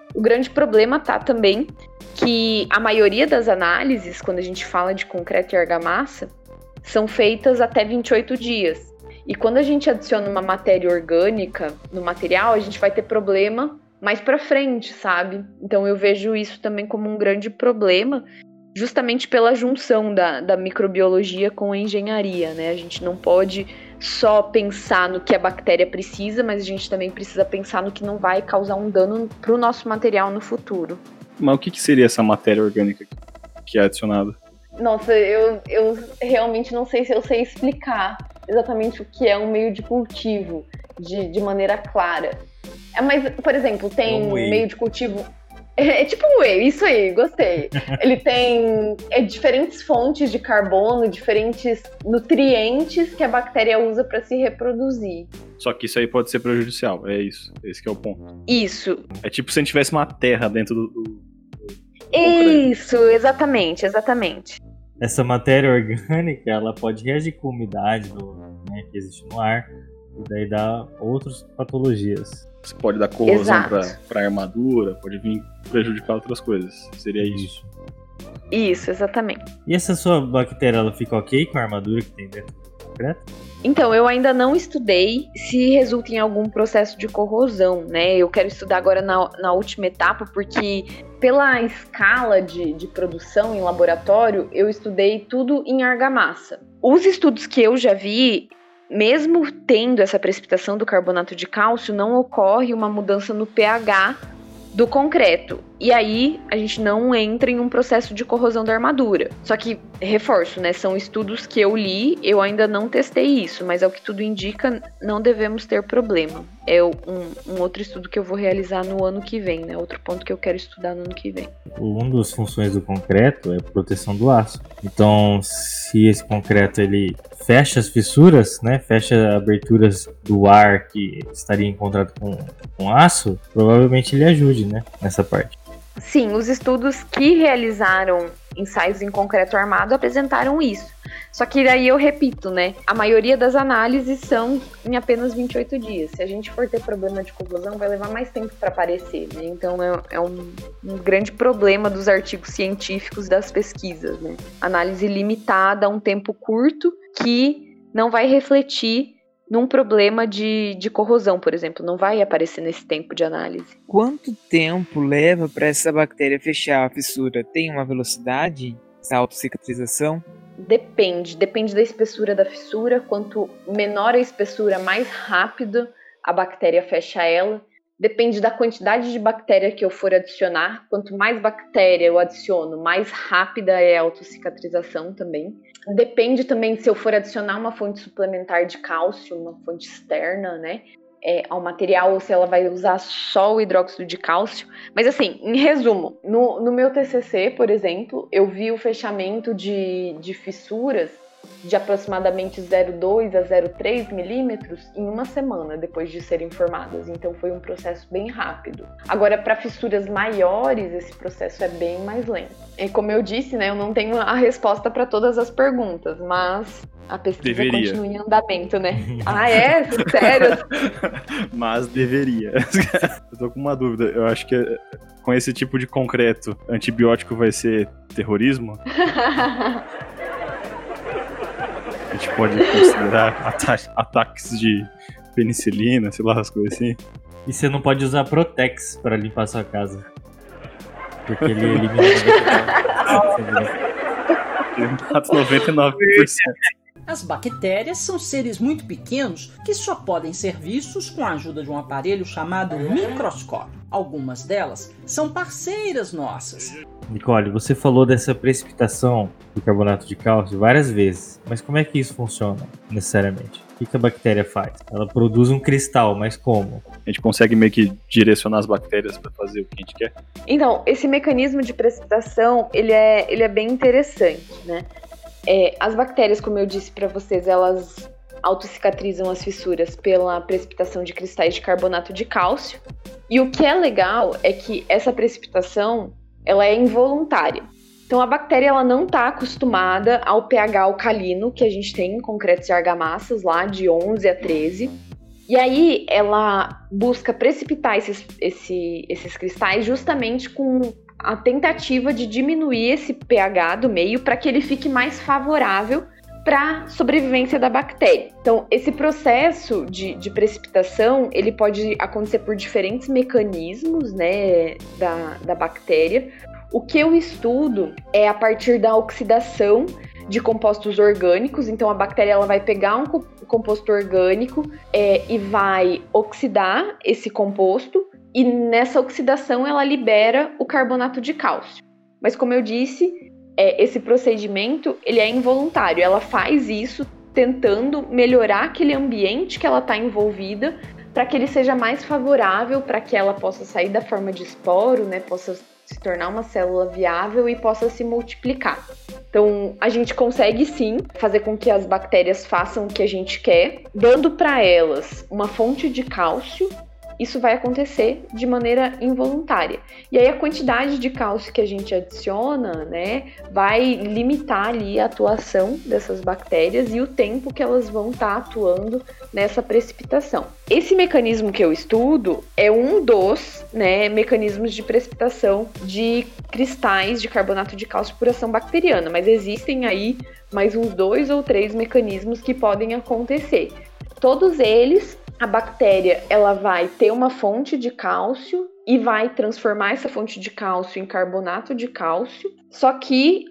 Speaker 5: O grande problema tá também que a maioria das análises, quando a gente fala de concreto e argamassa, são feitas até 28 dias. E quando a gente adiciona uma matéria orgânica no material, a gente vai ter problema mais pra frente, sabe? Então eu vejo isso também como um grande problema, justamente pela junção da microbiologia com a engenharia, né? A gente não pode só pensar no que a bactéria precisa, mas a gente também precisa pensar no que não vai causar um dano pro nosso material no futuro.
Speaker 3: Mas o que seria essa matéria orgânica que é adicionada?
Speaker 5: Nossa, eu realmente não sei se eu sei explicar exatamente o que é um meio de cultivo de maneira clara. Mas, por exemplo, tem um meio de cultivo... É tipo um whey, isso aí, gostei. Ele tem diferentes fontes de carbono, diferentes nutrientes que a bactéria usa para se reproduzir.
Speaker 3: Só que isso aí pode ser prejudicial, é isso. Esse que é o ponto.
Speaker 5: Isso.
Speaker 3: É tipo se a gente tivesse uma terra dentro do
Speaker 5: isso, exatamente.
Speaker 2: Essa matéria orgânica, ela pode reagir com a umidade que existe no ar, e daí dá outras patologias.
Speaker 3: Você pode dar corrosão para armadura, pode vir prejudicar outras coisas. Seria isso.
Speaker 5: Isso, exatamente.
Speaker 2: E essa sua bactéria, ela fica ok com a armadura que tem dentro do concreto?
Speaker 5: Então, eu ainda não estudei se resulta em algum processo de corrosão, né? Eu quero estudar agora na última etapa, porque pela escala de produção em laboratório, eu estudei tudo em argamassa. Os estudos que eu já vi, mesmo tendo essa precipitação do carbonato de cálcio, não ocorre uma mudança no pH do concreto. E aí, a gente não entra em um processo de corrosão da armadura. Só que, reforço, né? São estudos que eu li, eu ainda não testei isso, mas ao que tudo indica, não devemos ter problema. É um outro estudo que eu vou realizar no ano que vem, né? Outro ponto que eu quero estudar no ano que vem.
Speaker 2: Uma das funções do concreto é a proteção do aço. Então, se esse concreto ele fecha as fissuras, né? Fecha aberturas do ar que estaria em contato com aço, provavelmente ele ajude, né? Nessa parte.
Speaker 5: Sim, os estudos que realizaram ensaios em concreto armado apresentaram isso. Só que daí eu repito, né? A maioria das análises são em apenas 28 dias. Se a gente for ter problema de corrosão, vai levar mais tempo para aparecer, né? Então é um grande problema dos artigos científicos das pesquisas, né? Análise limitada a um tempo curto que não vai refletir num problema de corrosão, por exemplo, não vai aparecer nesse tempo de análise.
Speaker 4: Quanto tempo leva para essa bactéria fechar a fissura? Tem uma velocidade, essa autocicatrização?
Speaker 5: Depende da espessura da fissura. Quanto menor a espessura, mais rápido a bactéria fecha ela. Depende da quantidade de bactéria que eu for adicionar. Quanto mais bactéria eu adiciono, mais rápida é a autocicatrização também. Depende também se eu for adicionar uma fonte suplementar de cálcio, uma fonte externa, né, ao material, ou se ela vai usar só o hidróxido de cálcio. Mas assim, em resumo, no meu TCC, por exemplo, eu vi o fechamento de fissuras de aproximadamente 0,2 a 0,3 milímetros em uma semana depois de serem formadas. Então foi um processo bem rápido. Agora, para fissuras maiores, esse processo é bem mais lento. E como eu disse, né, eu não tenho a resposta para todas as perguntas, mas a pesquisa continua em andamento, né? Ah, é? Sério?
Speaker 3: Mas deveria. Eu tô com uma dúvida. Eu acho que com esse tipo de concreto, antibiótico vai ser terrorismo? A gente pode considerar ataques de penicilina, sei lá, as coisas assim.
Speaker 2: E você não pode usar Protex para limpar sua casa. Porque ele elimina
Speaker 3: 99%.
Speaker 9: As bactérias são seres muito pequenos que só podem ser vistos com a ajuda de um aparelho chamado microscópio. Algumas delas são parceiras nossas.
Speaker 2: Nicole, você falou dessa precipitação do carbonato de cálcio várias vezes, mas como é que isso funciona necessariamente? O que a bactéria faz? Ela produz um cristal, mas como?
Speaker 3: A gente consegue meio que direcionar as bactérias para fazer o que a gente quer?
Speaker 5: Então, esse mecanismo de precipitação, ele é bem interessante, né? As bactérias, como eu disse para vocês, elas autocicatrizam as fissuras pela precipitação de cristais de carbonato de cálcio. E o que é legal é que essa precipitação, ela é involuntária. Então a bactéria ela não está acostumada ao pH alcalino que a gente tem em concretos e argamassas lá de 11 a 13. E aí ela busca precipitar esses cristais justamente com a tentativa de diminuir esse pH do meio para que ele fique mais favorável para a sobrevivência da bactéria. Então, esse processo de precipitação, ele pode acontecer por diferentes mecanismos, né, da bactéria. O que eu estudo é a partir da oxidação de compostos orgânicos. Então, a bactéria ela vai pegar um composto orgânico e vai oxidar esse composto, e nessa oxidação ela libera o carbonato de cálcio. Mas, como eu disse, esse procedimento ele é involuntário. Ela faz isso tentando melhorar aquele ambiente que ela está envolvida para que ele seja mais favorável, para que ela possa sair da forma de esporo, né, possa se tornar uma célula viável e possa se multiplicar. Então, a gente consegue sim fazer com que as bactérias façam o que a gente quer, dando para elas uma fonte de cálcio. Isso vai acontecer de maneira involuntária. E aí a quantidade de cálcio que a gente adiciona, né, vai limitar ali a atuação dessas bactérias e o tempo que elas vão estar atuando nessa precipitação. Esse mecanismo que eu estudo é um dos, né, mecanismos de precipitação de cristais de carbonato de cálcio por ação bacteriana, mas existem aí mais uns 2 ou 3 mecanismos que podem acontecer. Todos eles, a bactéria ela vai ter uma fonte de cálcio e vai transformar essa fonte de cálcio em carbonato de cálcio. Só que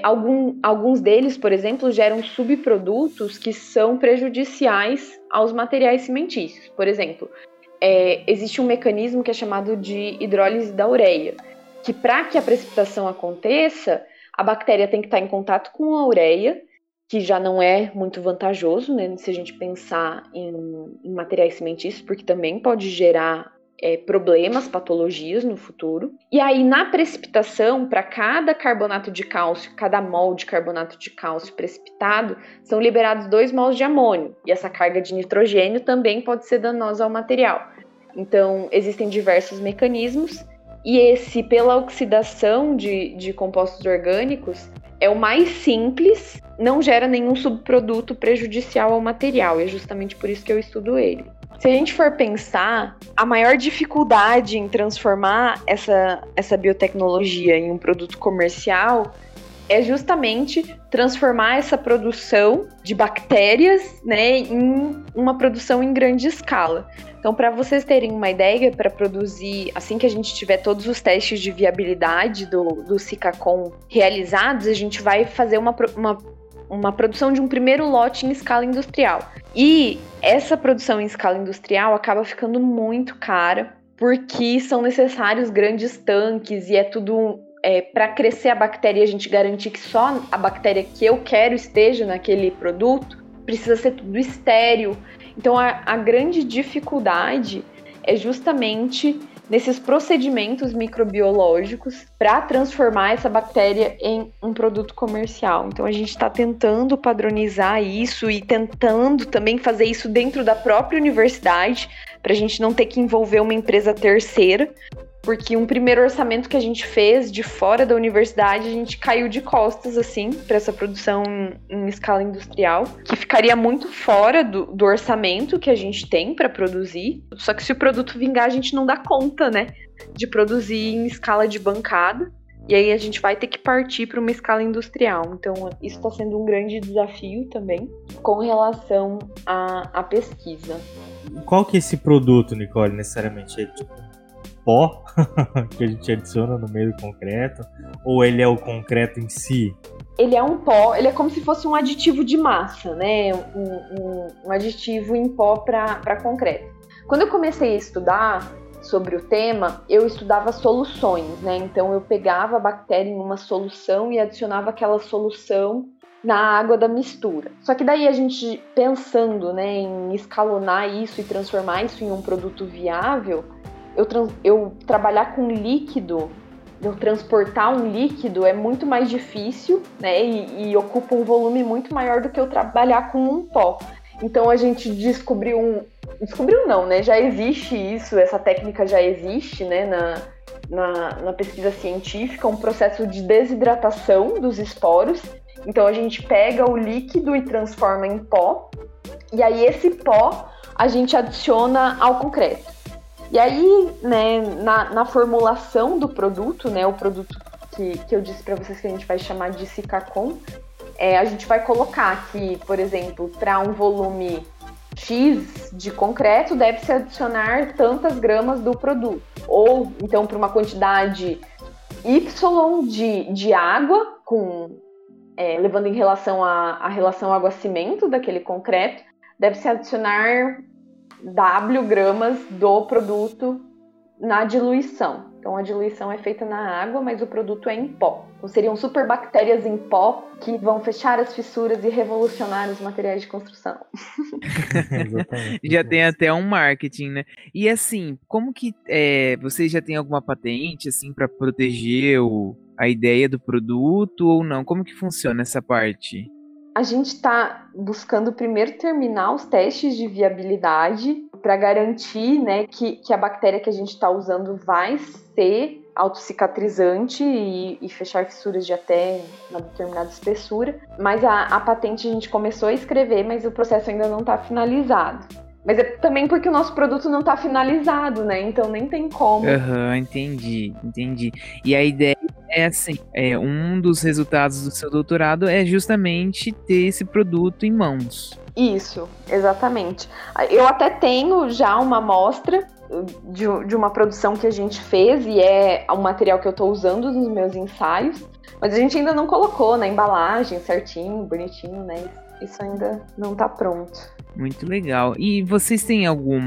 Speaker 5: alguns deles, por exemplo, geram subprodutos que são prejudiciais aos materiais cimentícios. Por exemplo, existe um mecanismo que é chamado de hidrólise da ureia, que para que a precipitação aconteça, a bactéria tem que estar em contato com a ureia, que já não é muito vantajoso, né, se a gente pensar em materiais cimentícios, porque também pode gerar problemas, patologias no futuro. E aí, na precipitação, para cada carbonato de cálcio, cada mol de carbonato de cálcio precipitado, são liberados 2 mols de amônio, e essa carga de nitrogênio também pode ser danosa ao material. Então, existem diversos mecanismos, e esse, pela oxidação de compostos orgânicos, é o mais simples, não gera nenhum subproduto prejudicial ao material, e é justamente por isso que eu estudo ele. Se a gente for pensar, a maior dificuldade em transformar essa biotecnologia em um produto comercial é justamente transformar essa produção de bactérias, né, em uma produção em grande escala. Então, para vocês terem uma ideia, para produzir, assim que a gente tiver todos os testes de viabilidade do SICACOM realizados, a gente vai fazer uma produção de um primeiro lote em escala industrial. E essa produção em escala industrial acaba ficando muito cara, porque são necessários grandes tanques e é tudo... para crescer a bactéria e a gente garantir que só a bactéria que eu quero esteja naquele produto, precisa ser tudo estéril. Então, a grande dificuldade é justamente nesses procedimentos microbiológicos para transformar essa bactéria em um produto comercial. Então, a gente está tentando padronizar isso e tentando também fazer isso dentro da própria universidade, para a gente não ter que envolver uma empresa terceira, porque um primeiro orçamento que a gente fez de fora da universidade, a gente caiu de costas, assim, para essa produção em escala industrial, que ficaria muito fora do orçamento que a gente tem para produzir. Só que se o produto vingar, a gente não dá conta, né, de produzir em escala de bancada, e aí a gente vai ter que partir para uma escala industrial. Então, isso está sendo um grande desafio também com relação à pesquisa.
Speaker 2: Qual que é esse produto, Nicole, necessariamente? É tipo pó que a gente adiciona no meio do concreto, ou ele é o concreto em si?
Speaker 5: Ele é um pó, ele é como se fosse um aditivo de massa, né? Um aditivo em pó para concreto. Quando eu comecei a estudar sobre o tema, eu estudava soluções, né? Então eu pegava a bactéria em uma solução e adicionava aquela solução na água da mistura. Só que daí a gente, pensando, né, em escalonar isso e transformar isso em um produto viável, eu trabalhar com líquido, eu transportar um líquido é muito mais difícil, né, e ocupa um volume muito maior do que eu trabalhar com um pó. Então a gente descobriu não, né, já existe isso, essa técnica já existe, né, na pesquisa científica, um processo de desidratação dos esporos. Então a gente pega o líquido e transforma em pó, e aí esse pó a gente adiciona ao concreto. E aí, né, na formulação do produto, né, o produto que eu disse para vocês que a gente vai chamar de Sikacon, a gente vai colocar que, por exemplo, para um volume X de concreto, deve-se adicionar tantas gramas do produto. Ou, então, para uma quantidade Y de água, levando em relação à relação água-cimento daquele concreto, deve-se adicionar W gramas do produto na diluição. Então, a diluição é feita na água, mas o produto é em pó. Então, seriam superbactérias em pó que vão fechar as fissuras e revolucionar os materiais de construção.
Speaker 4: Já tem até um marketing, né? E assim, como que vocês já têm alguma patente assim para proteger a ideia do produto ou não? Como que funciona essa parte?
Speaker 5: A gente está buscando primeiro terminar os testes de viabilidade para garantir, né, que a bactéria que a gente está usando vai ser autocicatrizante e fechar fissuras de até uma determinada espessura. Mas a patente a gente começou a escrever, mas o processo ainda não está finalizado. Mas é também porque o nosso produto não está finalizado, né? Então nem tem como.
Speaker 4: Entendi. E a ideia é assim, um dos resultados do seu doutorado é justamente ter esse produto em mãos.
Speaker 5: Isso, exatamente. Eu até tenho já uma amostra de uma produção que a gente fez e é um material que eu estou usando nos meus ensaios, mas a gente ainda não colocou na embalagem certinho, bonitinho, né? Isso ainda não está pronto.
Speaker 4: Muito legal. E vocês têm algum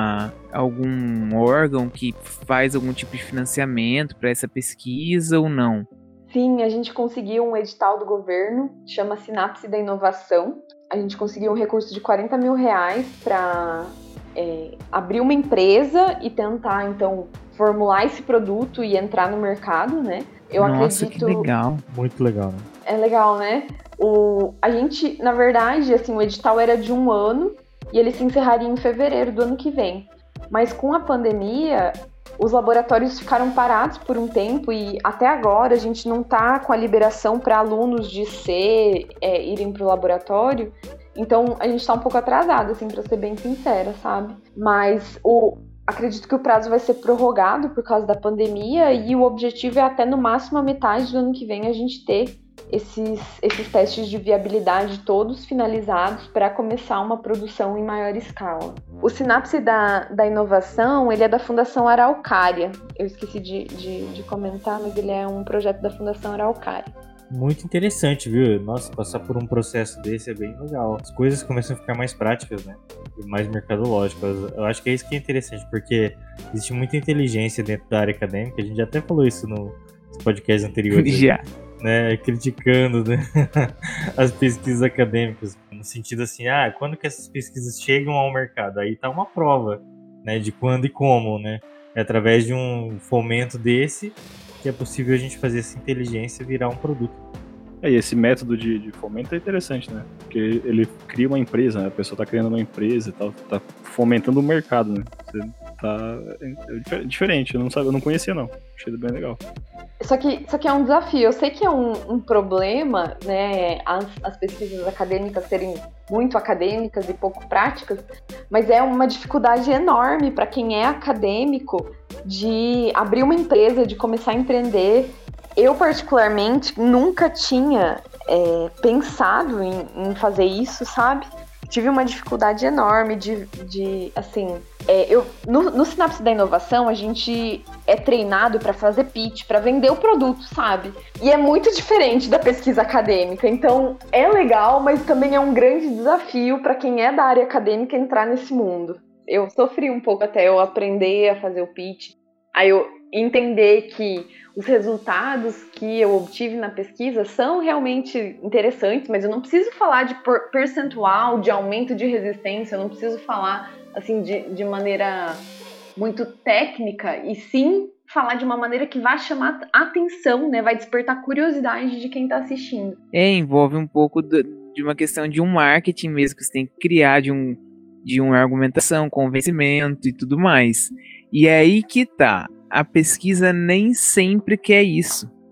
Speaker 4: órgão que faz algum tipo de financiamento para essa pesquisa ou não?
Speaker 5: Sim, a gente conseguiu um edital do governo, chama Sinapse da Inovação. A gente conseguiu um recurso de R$40 mil para abrir uma empresa e tentar, então, formular esse produto e entrar no mercado, né?
Speaker 4: Nossa, que legal.
Speaker 2: Muito legal, né?
Speaker 5: É legal, né? A gente, na verdade, assim, o edital era de 1 ano e ele se encerraria em fevereiro do ano que vem. Mas com a pandemia, os laboratórios ficaram parados por um tempo e até agora a gente não está com a liberação para alunos de irem para o laboratório. Então a gente está um pouco atrasado, assim, para ser bem sincera, sabe? Mas acredito que o prazo vai ser prorrogado por causa da pandemia e o objetivo é até no máximo a metade do ano que vem a gente ter esses testes de viabilidade todos finalizados para começar uma produção em maior escala. O Sinapse da Inovação, ele é da Fundação Araucária. Eu esqueci de comentar, mas ele é um projeto da Fundação Araucária.
Speaker 2: Muito interessante, viu? Nossa, passar por um processo desse é bem legal. As coisas começam a ficar mais práticas, né? E mais mercadológicas. Eu acho que é isso que é interessante, porque existe muita inteligência dentro da área acadêmica. A gente já até falou isso no podcast anterior.
Speaker 4: Já.
Speaker 2: Né, criticando, né, as pesquisas acadêmicas, no sentido assim, quando que essas pesquisas chegam ao mercado? Aí tá uma prova, né, de quando e como, né? É através de um fomento desse que é possível a gente fazer essa inteligência virar um produto.
Speaker 3: E esse método de fomento é interessante, né? Porque ele cria uma empresa, né? A pessoa tá criando uma empresa e tal, tá fomentando o mercado, né? É diferente, eu não conhecia não, achei bem legal.
Speaker 5: Só que é um desafio, eu sei que é um problema, né, as pesquisas acadêmicas serem muito acadêmicas e pouco práticas, mas é uma dificuldade enorme para quem é acadêmico de abrir uma empresa, de começar a empreender. Eu, particularmente, nunca tinha pensado em fazer isso, sabe? Tive uma dificuldade enorme no Sinapse da Inovação, a gente é treinado para fazer pitch, para vender o produto, sabe? E é muito diferente da pesquisa acadêmica, então é legal, mas também é um grande desafio para quem é da área acadêmica entrar nesse mundo. Eu sofri um pouco até eu aprender a fazer o pitch, aí eu entender que os resultados que eu obtive na pesquisa são realmente interessantes, mas eu não preciso falar de percentual, de aumento de resistência, eu não preciso falar assim de maneira muito técnica, e sim falar de uma maneira que vai chamar atenção, né? Vai despertar curiosidade de quem está assistindo.
Speaker 4: Envolve um pouco de uma questão de um marketing mesmo, que você tem que criar de uma argumentação, convencimento e tudo mais. E é aí que tá. A pesquisa nem sempre quer isso.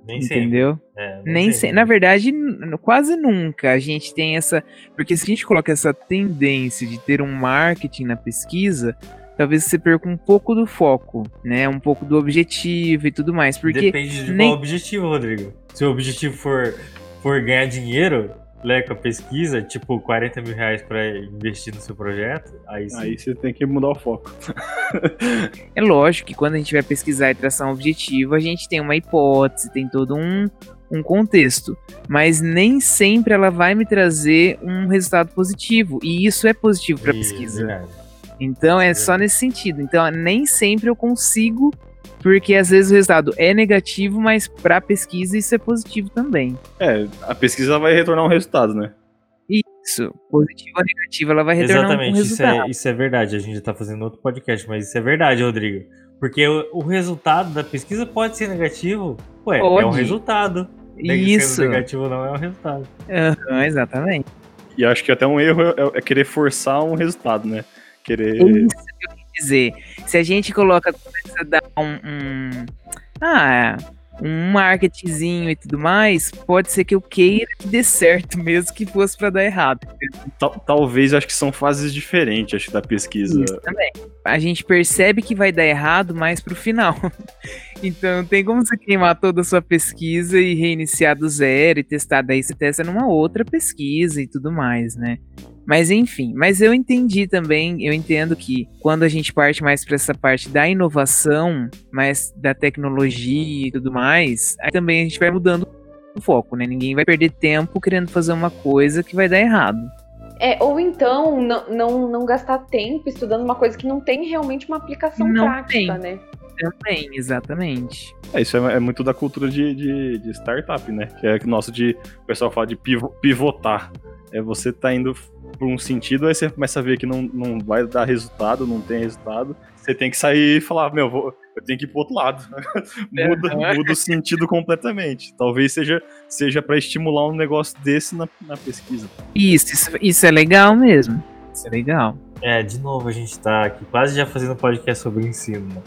Speaker 2: Nem
Speaker 4: entendeu? Na verdade, quase nunca a gente tem essa... Porque se a gente coloca essa tendência de ter um marketing na pesquisa, talvez você perca um pouco do foco, né? Um pouco do objetivo e tudo mais. Porque
Speaker 2: depende de qual objetivo, Rodrigo. Se o objetivo for ganhar dinheiro, com a pesquisa, tipo 40 mil reais pra investir no seu projeto, aí
Speaker 3: você tem que mudar o foco.
Speaker 4: É lógico que quando a gente vai pesquisar e traçar um objetivo, a gente tem uma hipótese, tem todo um contexto, mas nem sempre ela vai me trazer um resultado positivo, e isso é positivo para pesquisa.
Speaker 2: Verdade.
Speaker 4: Então é só nesse sentido. Então nem sempre eu consigo, porque às vezes o resultado é negativo, mas para pesquisa isso é positivo também.
Speaker 3: A pesquisa vai retornar um resultado, né?
Speaker 4: Isso, positivo ou negativo, ela vai retornar um resultado.
Speaker 2: Isso é verdade, a gente já tá fazendo outro podcast, mas isso é verdade, Rodrigo. Porque o resultado da pesquisa pode ser negativo, é um resultado.
Speaker 4: Isso.
Speaker 2: Sendo negativo não é um resultado.
Speaker 4: Exatamente.
Speaker 3: E acho que até um erro é querer forçar um resultado, né? Querer...
Speaker 4: Isso que eu quis dizer. Se a gente começa a dar um marketingzinho e tudo mais, pode ser que eu queira que dê certo, mesmo que fosse pra dar errado.
Speaker 3: Talvez, acho que são fases diferentes, acho, da pesquisa.
Speaker 4: Isso também. A gente percebe que vai dar errado mais pro final. Então não tem como você queimar toda a sua pesquisa e reiniciar do zero e testar, daí você testa numa outra pesquisa e tudo mais, né? Mas enfim, eu entendi também, eu entendo que quando a gente parte mais para essa parte da inovação, mais da tecnologia e tudo mais, aí também a gente vai mudando o foco, né? Ninguém vai perder tempo querendo fazer uma coisa que vai dar errado.
Speaker 5: Ou então não gastar tempo estudando uma coisa que não tem realmente uma aplicação prática, né?
Speaker 4: Também, exatamente.
Speaker 3: Isso é muito da cultura de startup, né? Que é nosso o pessoal fala de pivotar. Você tá indo por um sentido, aí você começa a ver que não vai dar resultado, não tem resultado. Você tem que sair e falar, eu tenho que ir pro outro lado. Muda o sentido completamente. Talvez seja para estimular um negócio desse na pesquisa.
Speaker 4: Isso é legal mesmo. Isso é legal.
Speaker 2: De novo, a gente tá aqui quase já fazendo podcast sobre ensino, né?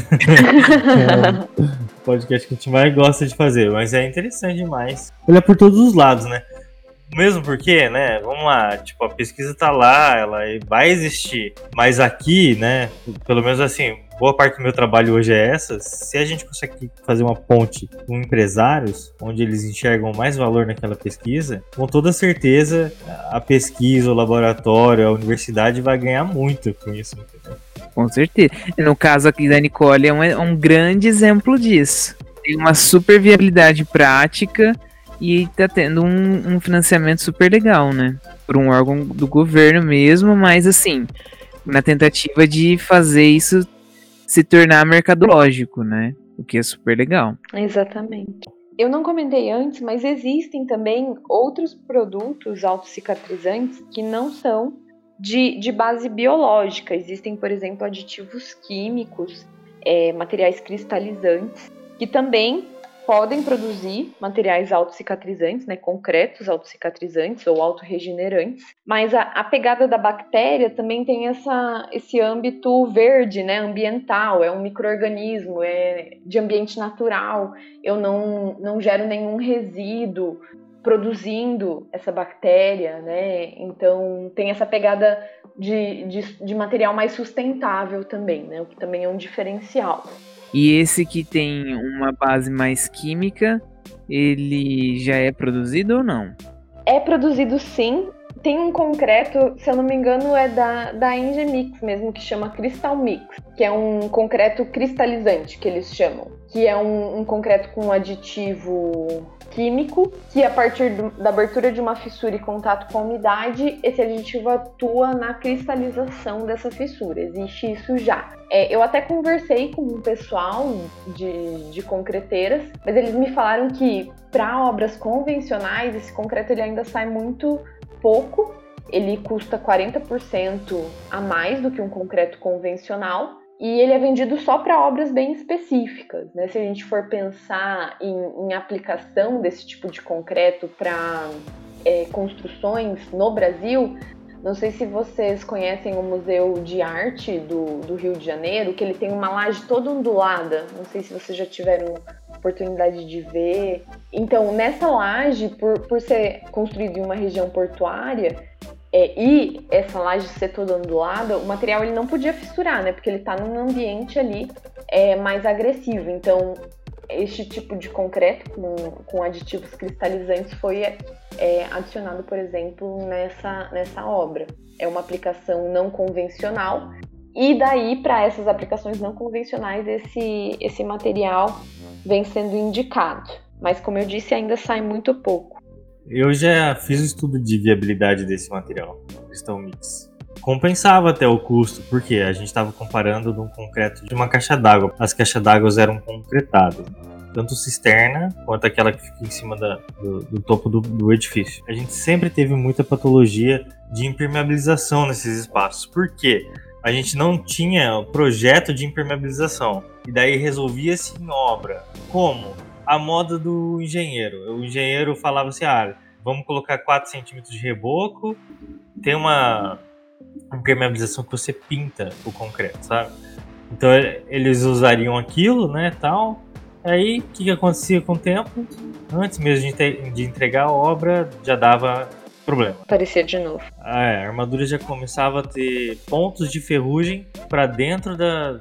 Speaker 2: O podcast que a gente mais gosta de fazer, mas é interessante demais. Olha por todos os lados, né? Mesmo porque, né, vamos lá, tipo, a pesquisa tá lá, ela vai existir, mas aqui, né, pelo menos assim, boa parte do meu trabalho hoje é essa, se a gente consegue fazer uma ponte com empresários, onde eles enxergam mais valor naquela pesquisa, com toda certeza a pesquisa, o laboratório, a universidade vai ganhar muito com isso, entendeu?
Speaker 4: Com certeza. No caso aqui da Nicole, é um grande exemplo disso. Tem uma super viabilidade prática e tá tendo um financiamento super legal, né? Por um órgão do governo mesmo, mas assim, na tentativa de fazer isso se tornar mercadológico, né? O que é super legal.
Speaker 5: Exatamente. Eu não comentei antes, mas existem também outros produtos autocicatrizantes que não são de base biológica. Existem, por exemplo, aditivos químicos, materiais cristalizantes, que também podem produzir materiais autocicatrizantes, né, concretos autocicatrizantes ou autorregenerantes, mas a pegada da bactéria também tem esse âmbito verde, né, ambiental, é um micro-organismo, é de ambiente natural, eu não gero nenhum resíduo produzindo essa bactéria, né, então tem essa pegada de material mais sustentável também, né, o que também é um diferencial.
Speaker 4: E esse que tem uma base mais química, ele já é produzido ou não?
Speaker 5: É produzido sim. Tem um concreto, se eu não me engano, é da Engemix mesmo, que chama Crystal Mix, que é um concreto cristalizante, que eles chamam. Que é um concreto com aditivo químico, que a partir da abertura de uma fissura e contato com a umidade, esse aditivo atua na cristalização dessa fissura. Existe isso já. Eu até conversei com um pessoal de concreteiras, mas eles me falaram que para obras convencionais, esse concreto ele ainda sai muito pouco, ele custa 40% a mais do que um concreto convencional, e ele é vendido só para obras bem específicas, né? Se a gente for pensar em aplicação desse tipo de concreto para construções no Brasil, não sei se vocês conhecem o Museu de Arte do Rio de Janeiro, que ele tem uma laje toda ondulada, não sei se vocês já tiveram oportunidade de ver. Então, nessa laje, por ser construído em uma região portuária, e essa laje ser toda ondulada, o material ele não podia fissurar, né? Porque ele está num ambiente ali mais agressivo. Então, este tipo de concreto com aditivos cristalizantes foi adicionado, por exemplo, nessa obra. É uma aplicação não convencional. E daí, para essas aplicações não convencionais, esse material vem sendo indicado. Mas, como eu disse, ainda sai muito pouco.
Speaker 2: Eu já fiz o estudo de viabilidade desse material, Crystal Mix. Compensava até o custo, porque a gente estava comparando de um concreto de uma caixa d'água. As caixas d'água eram concretadas, tanto cisterna quanto aquela que fica em cima do topo do edifício. A gente sempre teve muita patologia de impermeabilização nesses espaços. Por quê? A gente não tinha projeto de impermeabilização. E daí resolvia-se em obra. Como? A moda do engenheiro. O engenheiro falava assim, vamos colocar 4 centímetros de reboco, tem uma impermeabilização que você pinta o concreto, sabe? Então eles usariam aquilo, né, tal. Aí, o que acontecia com o tempo? Antes mesmo de entregar a obra, já dava problema.
Speaker 5: Aparecia de novo.
Speaker 2: A armadura já começava a ter pontos de ferrugem para dentro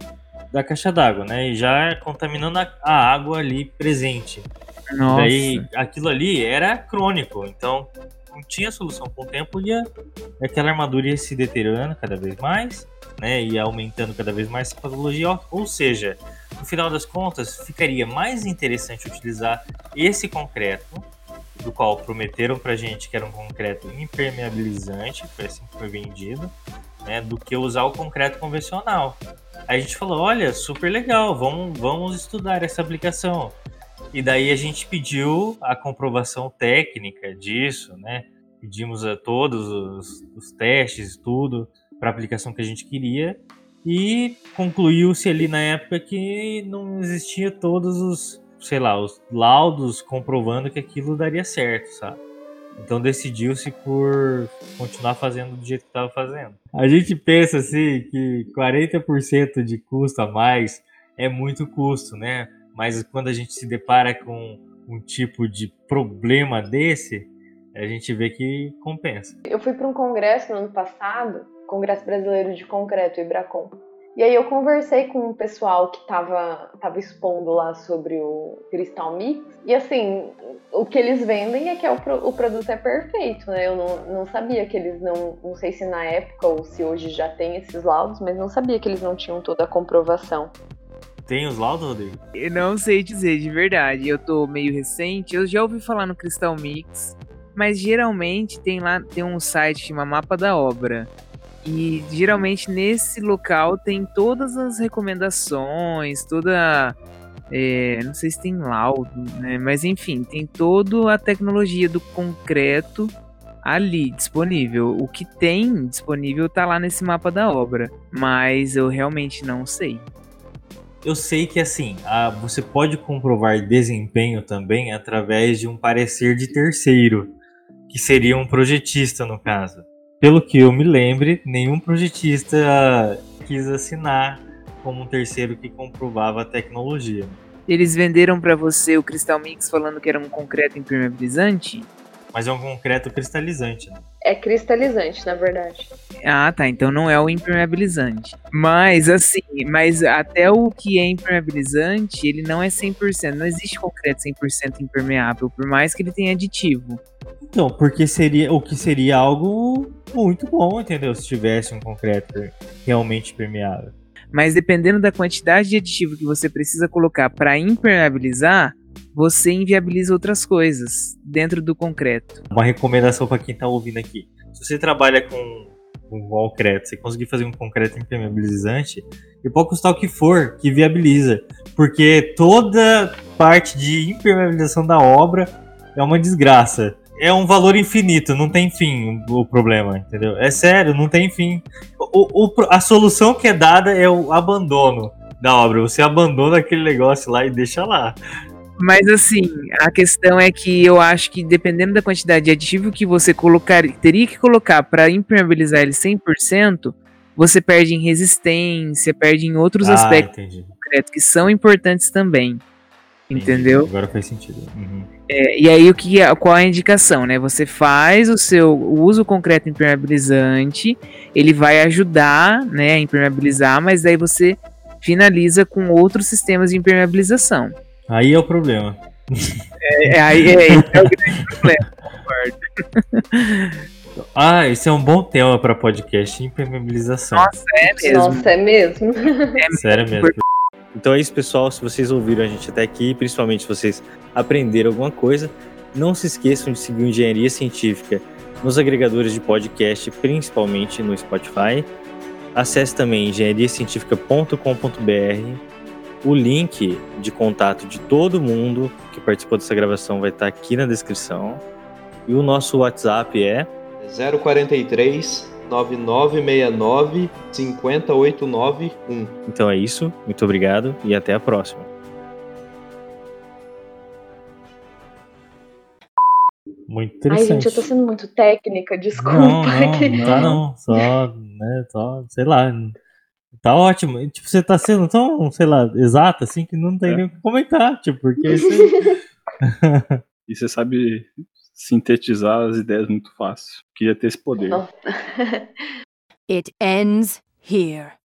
Speaker 2: da caixa d'água, né? E já contaminando a água ali presente.
Speaker 4: Nossa.
Speaker 2: Daí, aquilo ali era crônico, então não tinha solução. Com o tempo, aquela armadura ia se deteriorando cada vez mais, né? Ia aumentando cada vez mais a patologia. Ou seja, no final das contas, ficaria mais interessante utilizar esse concreto, do qual prometeram pra gente que era um concreto impermeabilizante, foi assim que foi vendido, né, do que usar o concreto convencional. Aí a gente falou, olha, super legal, vamos estudar essa aplicação. E daí a gente pediu a comprovação técnica disso, né? Pedimos a todos os testes, tudo, para a aplicação que a gente queria. E concluiu-se ali na época que não existia todos os laudos comprovando que aquilo daria certo, sabe? Então decidiu-se por continuar fazendo do jeito que estava fazendo. A gente pensa assim que 40% de custo a mais é muito custo, né? Mas quando a gente se depara com um tipo de problema desse, a gente vê que compensa.
Speaker 5: Eu fui para um congresso no ano passado, Congresso Brasileiro de Concreto, Ibracon. E aí eu conversei com um pessoal que tava expondo lá sobre o Crystal Mix. E assim, o que eles vendem é que o produto é perfeito, né? Eu não sabia que eles não sei se na época ou se hoje já tem esses laudos, mas não sabia que eles não tinham toda a comprovação.
Speaker 2: Tem os laudos, Rodrigo?
Speaker 4: Eu não sei dizer de verdade, eu tô meio recente, eu já ouvi falar no Crystal Mix, mas geralmente tem um site que chama Mapa da Obra. E geralmente nesse local tem todas as recomendações, não sei se tem laudo, né? Mas enfim, tem toda a tecnologia do concreto ali disponível. O que tem disponível tá lá nesse mapa da obra, mas eu realmente não sei.
Speaker 2: Eu sei que assim, você pode comprovar desempenho também através de um parecer de terceiro, que seria um projetista no caso. Pelo que eu me lembre, nenhum projetista quis assinar como um terceiro que comprovava a tecnologia.
Speaker 4: Eles venderam para você o Crystal Mix falando que era um concreto impermeabilizante?
Speaker 2: Mas é um concreto cristalizante, né?
Speaker 5: É cristalizante, na verdade.
Speaker 4: Ah, tá. Então não é o impermeabilizante. Mas até o que é impermeabilizante, ele não é 100%. Não existe concreto 100% impermeável, por mais que ele tenha aditivo.
Speaker 2: Então, porque seria algo muito bom, entendeu? Se tivesse um concreto realmente permeável.
Speaker 4: Mas dependendo da quantidade de aditivo que você precisa colocar para impermeabilizar, você inviabiliza outras coisas dentro do concreto.
Speaker 2: Uma recomendação para quem está ouvindo aqui. Se você trabalha com concreto, você conseguir fazer um concreto impermeabilizante, e pode custar o que for, que viabiliza. Porque toda parte de impermeabilização da obra é uma desgraça. É um valor infinito, não tem fim o problema, entendeu? É sério, não tem fim. A solução que é dada é o abandono da obra. Você abandona aquele negócio lá e deixa lá.
Speaker 4: Mas assim, a questão é que eu acho que dependendo da quantidade de aditivo que você teria que colocar para impermeabilizar ele 100%, você perde em resistência, perde em outros aspectos do concreto que são importantes também. Entendeu?
Speaker 2: Agora faz sentido. Uhum.
Speaker 4: E aí qual é a indicação, né? Você faz usa o concreto impermeabilizante, ele vai ajudar, né, a impermeabilizar, mas daí você finaliza com outros sistemas de impermeabilização.
Speaker 2: Aí é o problema.
Speaker 4: Esse é o grande problema, concordo.
Speaker 2: Esse é um bom tema para podcast, impermeabilização.
Speaker 4: Nossa, é mesmo.
Speaker 5: Nossa, é mesmo.
Speaker 2: Sério mesmo.
Speaker 10: Então é isso, pessoal. Se vocês ouviram a gente até aqui, principalmente se vocês aprenderam alguma coisa, não se esqueçam de seguir o Engenharia Científica nos agregadores de podcast, principalmente no Spotify. Acesse também engenhariacientifica.com.br. O link de contato de todo mundo que participou dessa gravação vai estar aqui na descrição. E o nosso WhatsApp é
Speaker 11: 043 9969 50891.
Speaker 10: Então é isso, muito obrigado e até a próxima.
Speaker 2: Muito interessante.
Speaker 5: Ai, gente, eu tô sendo muito técnica, desculpa.
Speaker 2: Não, só, né, sei lá, tá ótimo, tipo, você tá sendo tão, sei lá, exato, assim, que não tem nem o que comentar, tipo, porque você...
Speaker 3: E você sabe sintetizar as ideias muito fácil, queria ter esse poder.
Speaker 6: It ends here.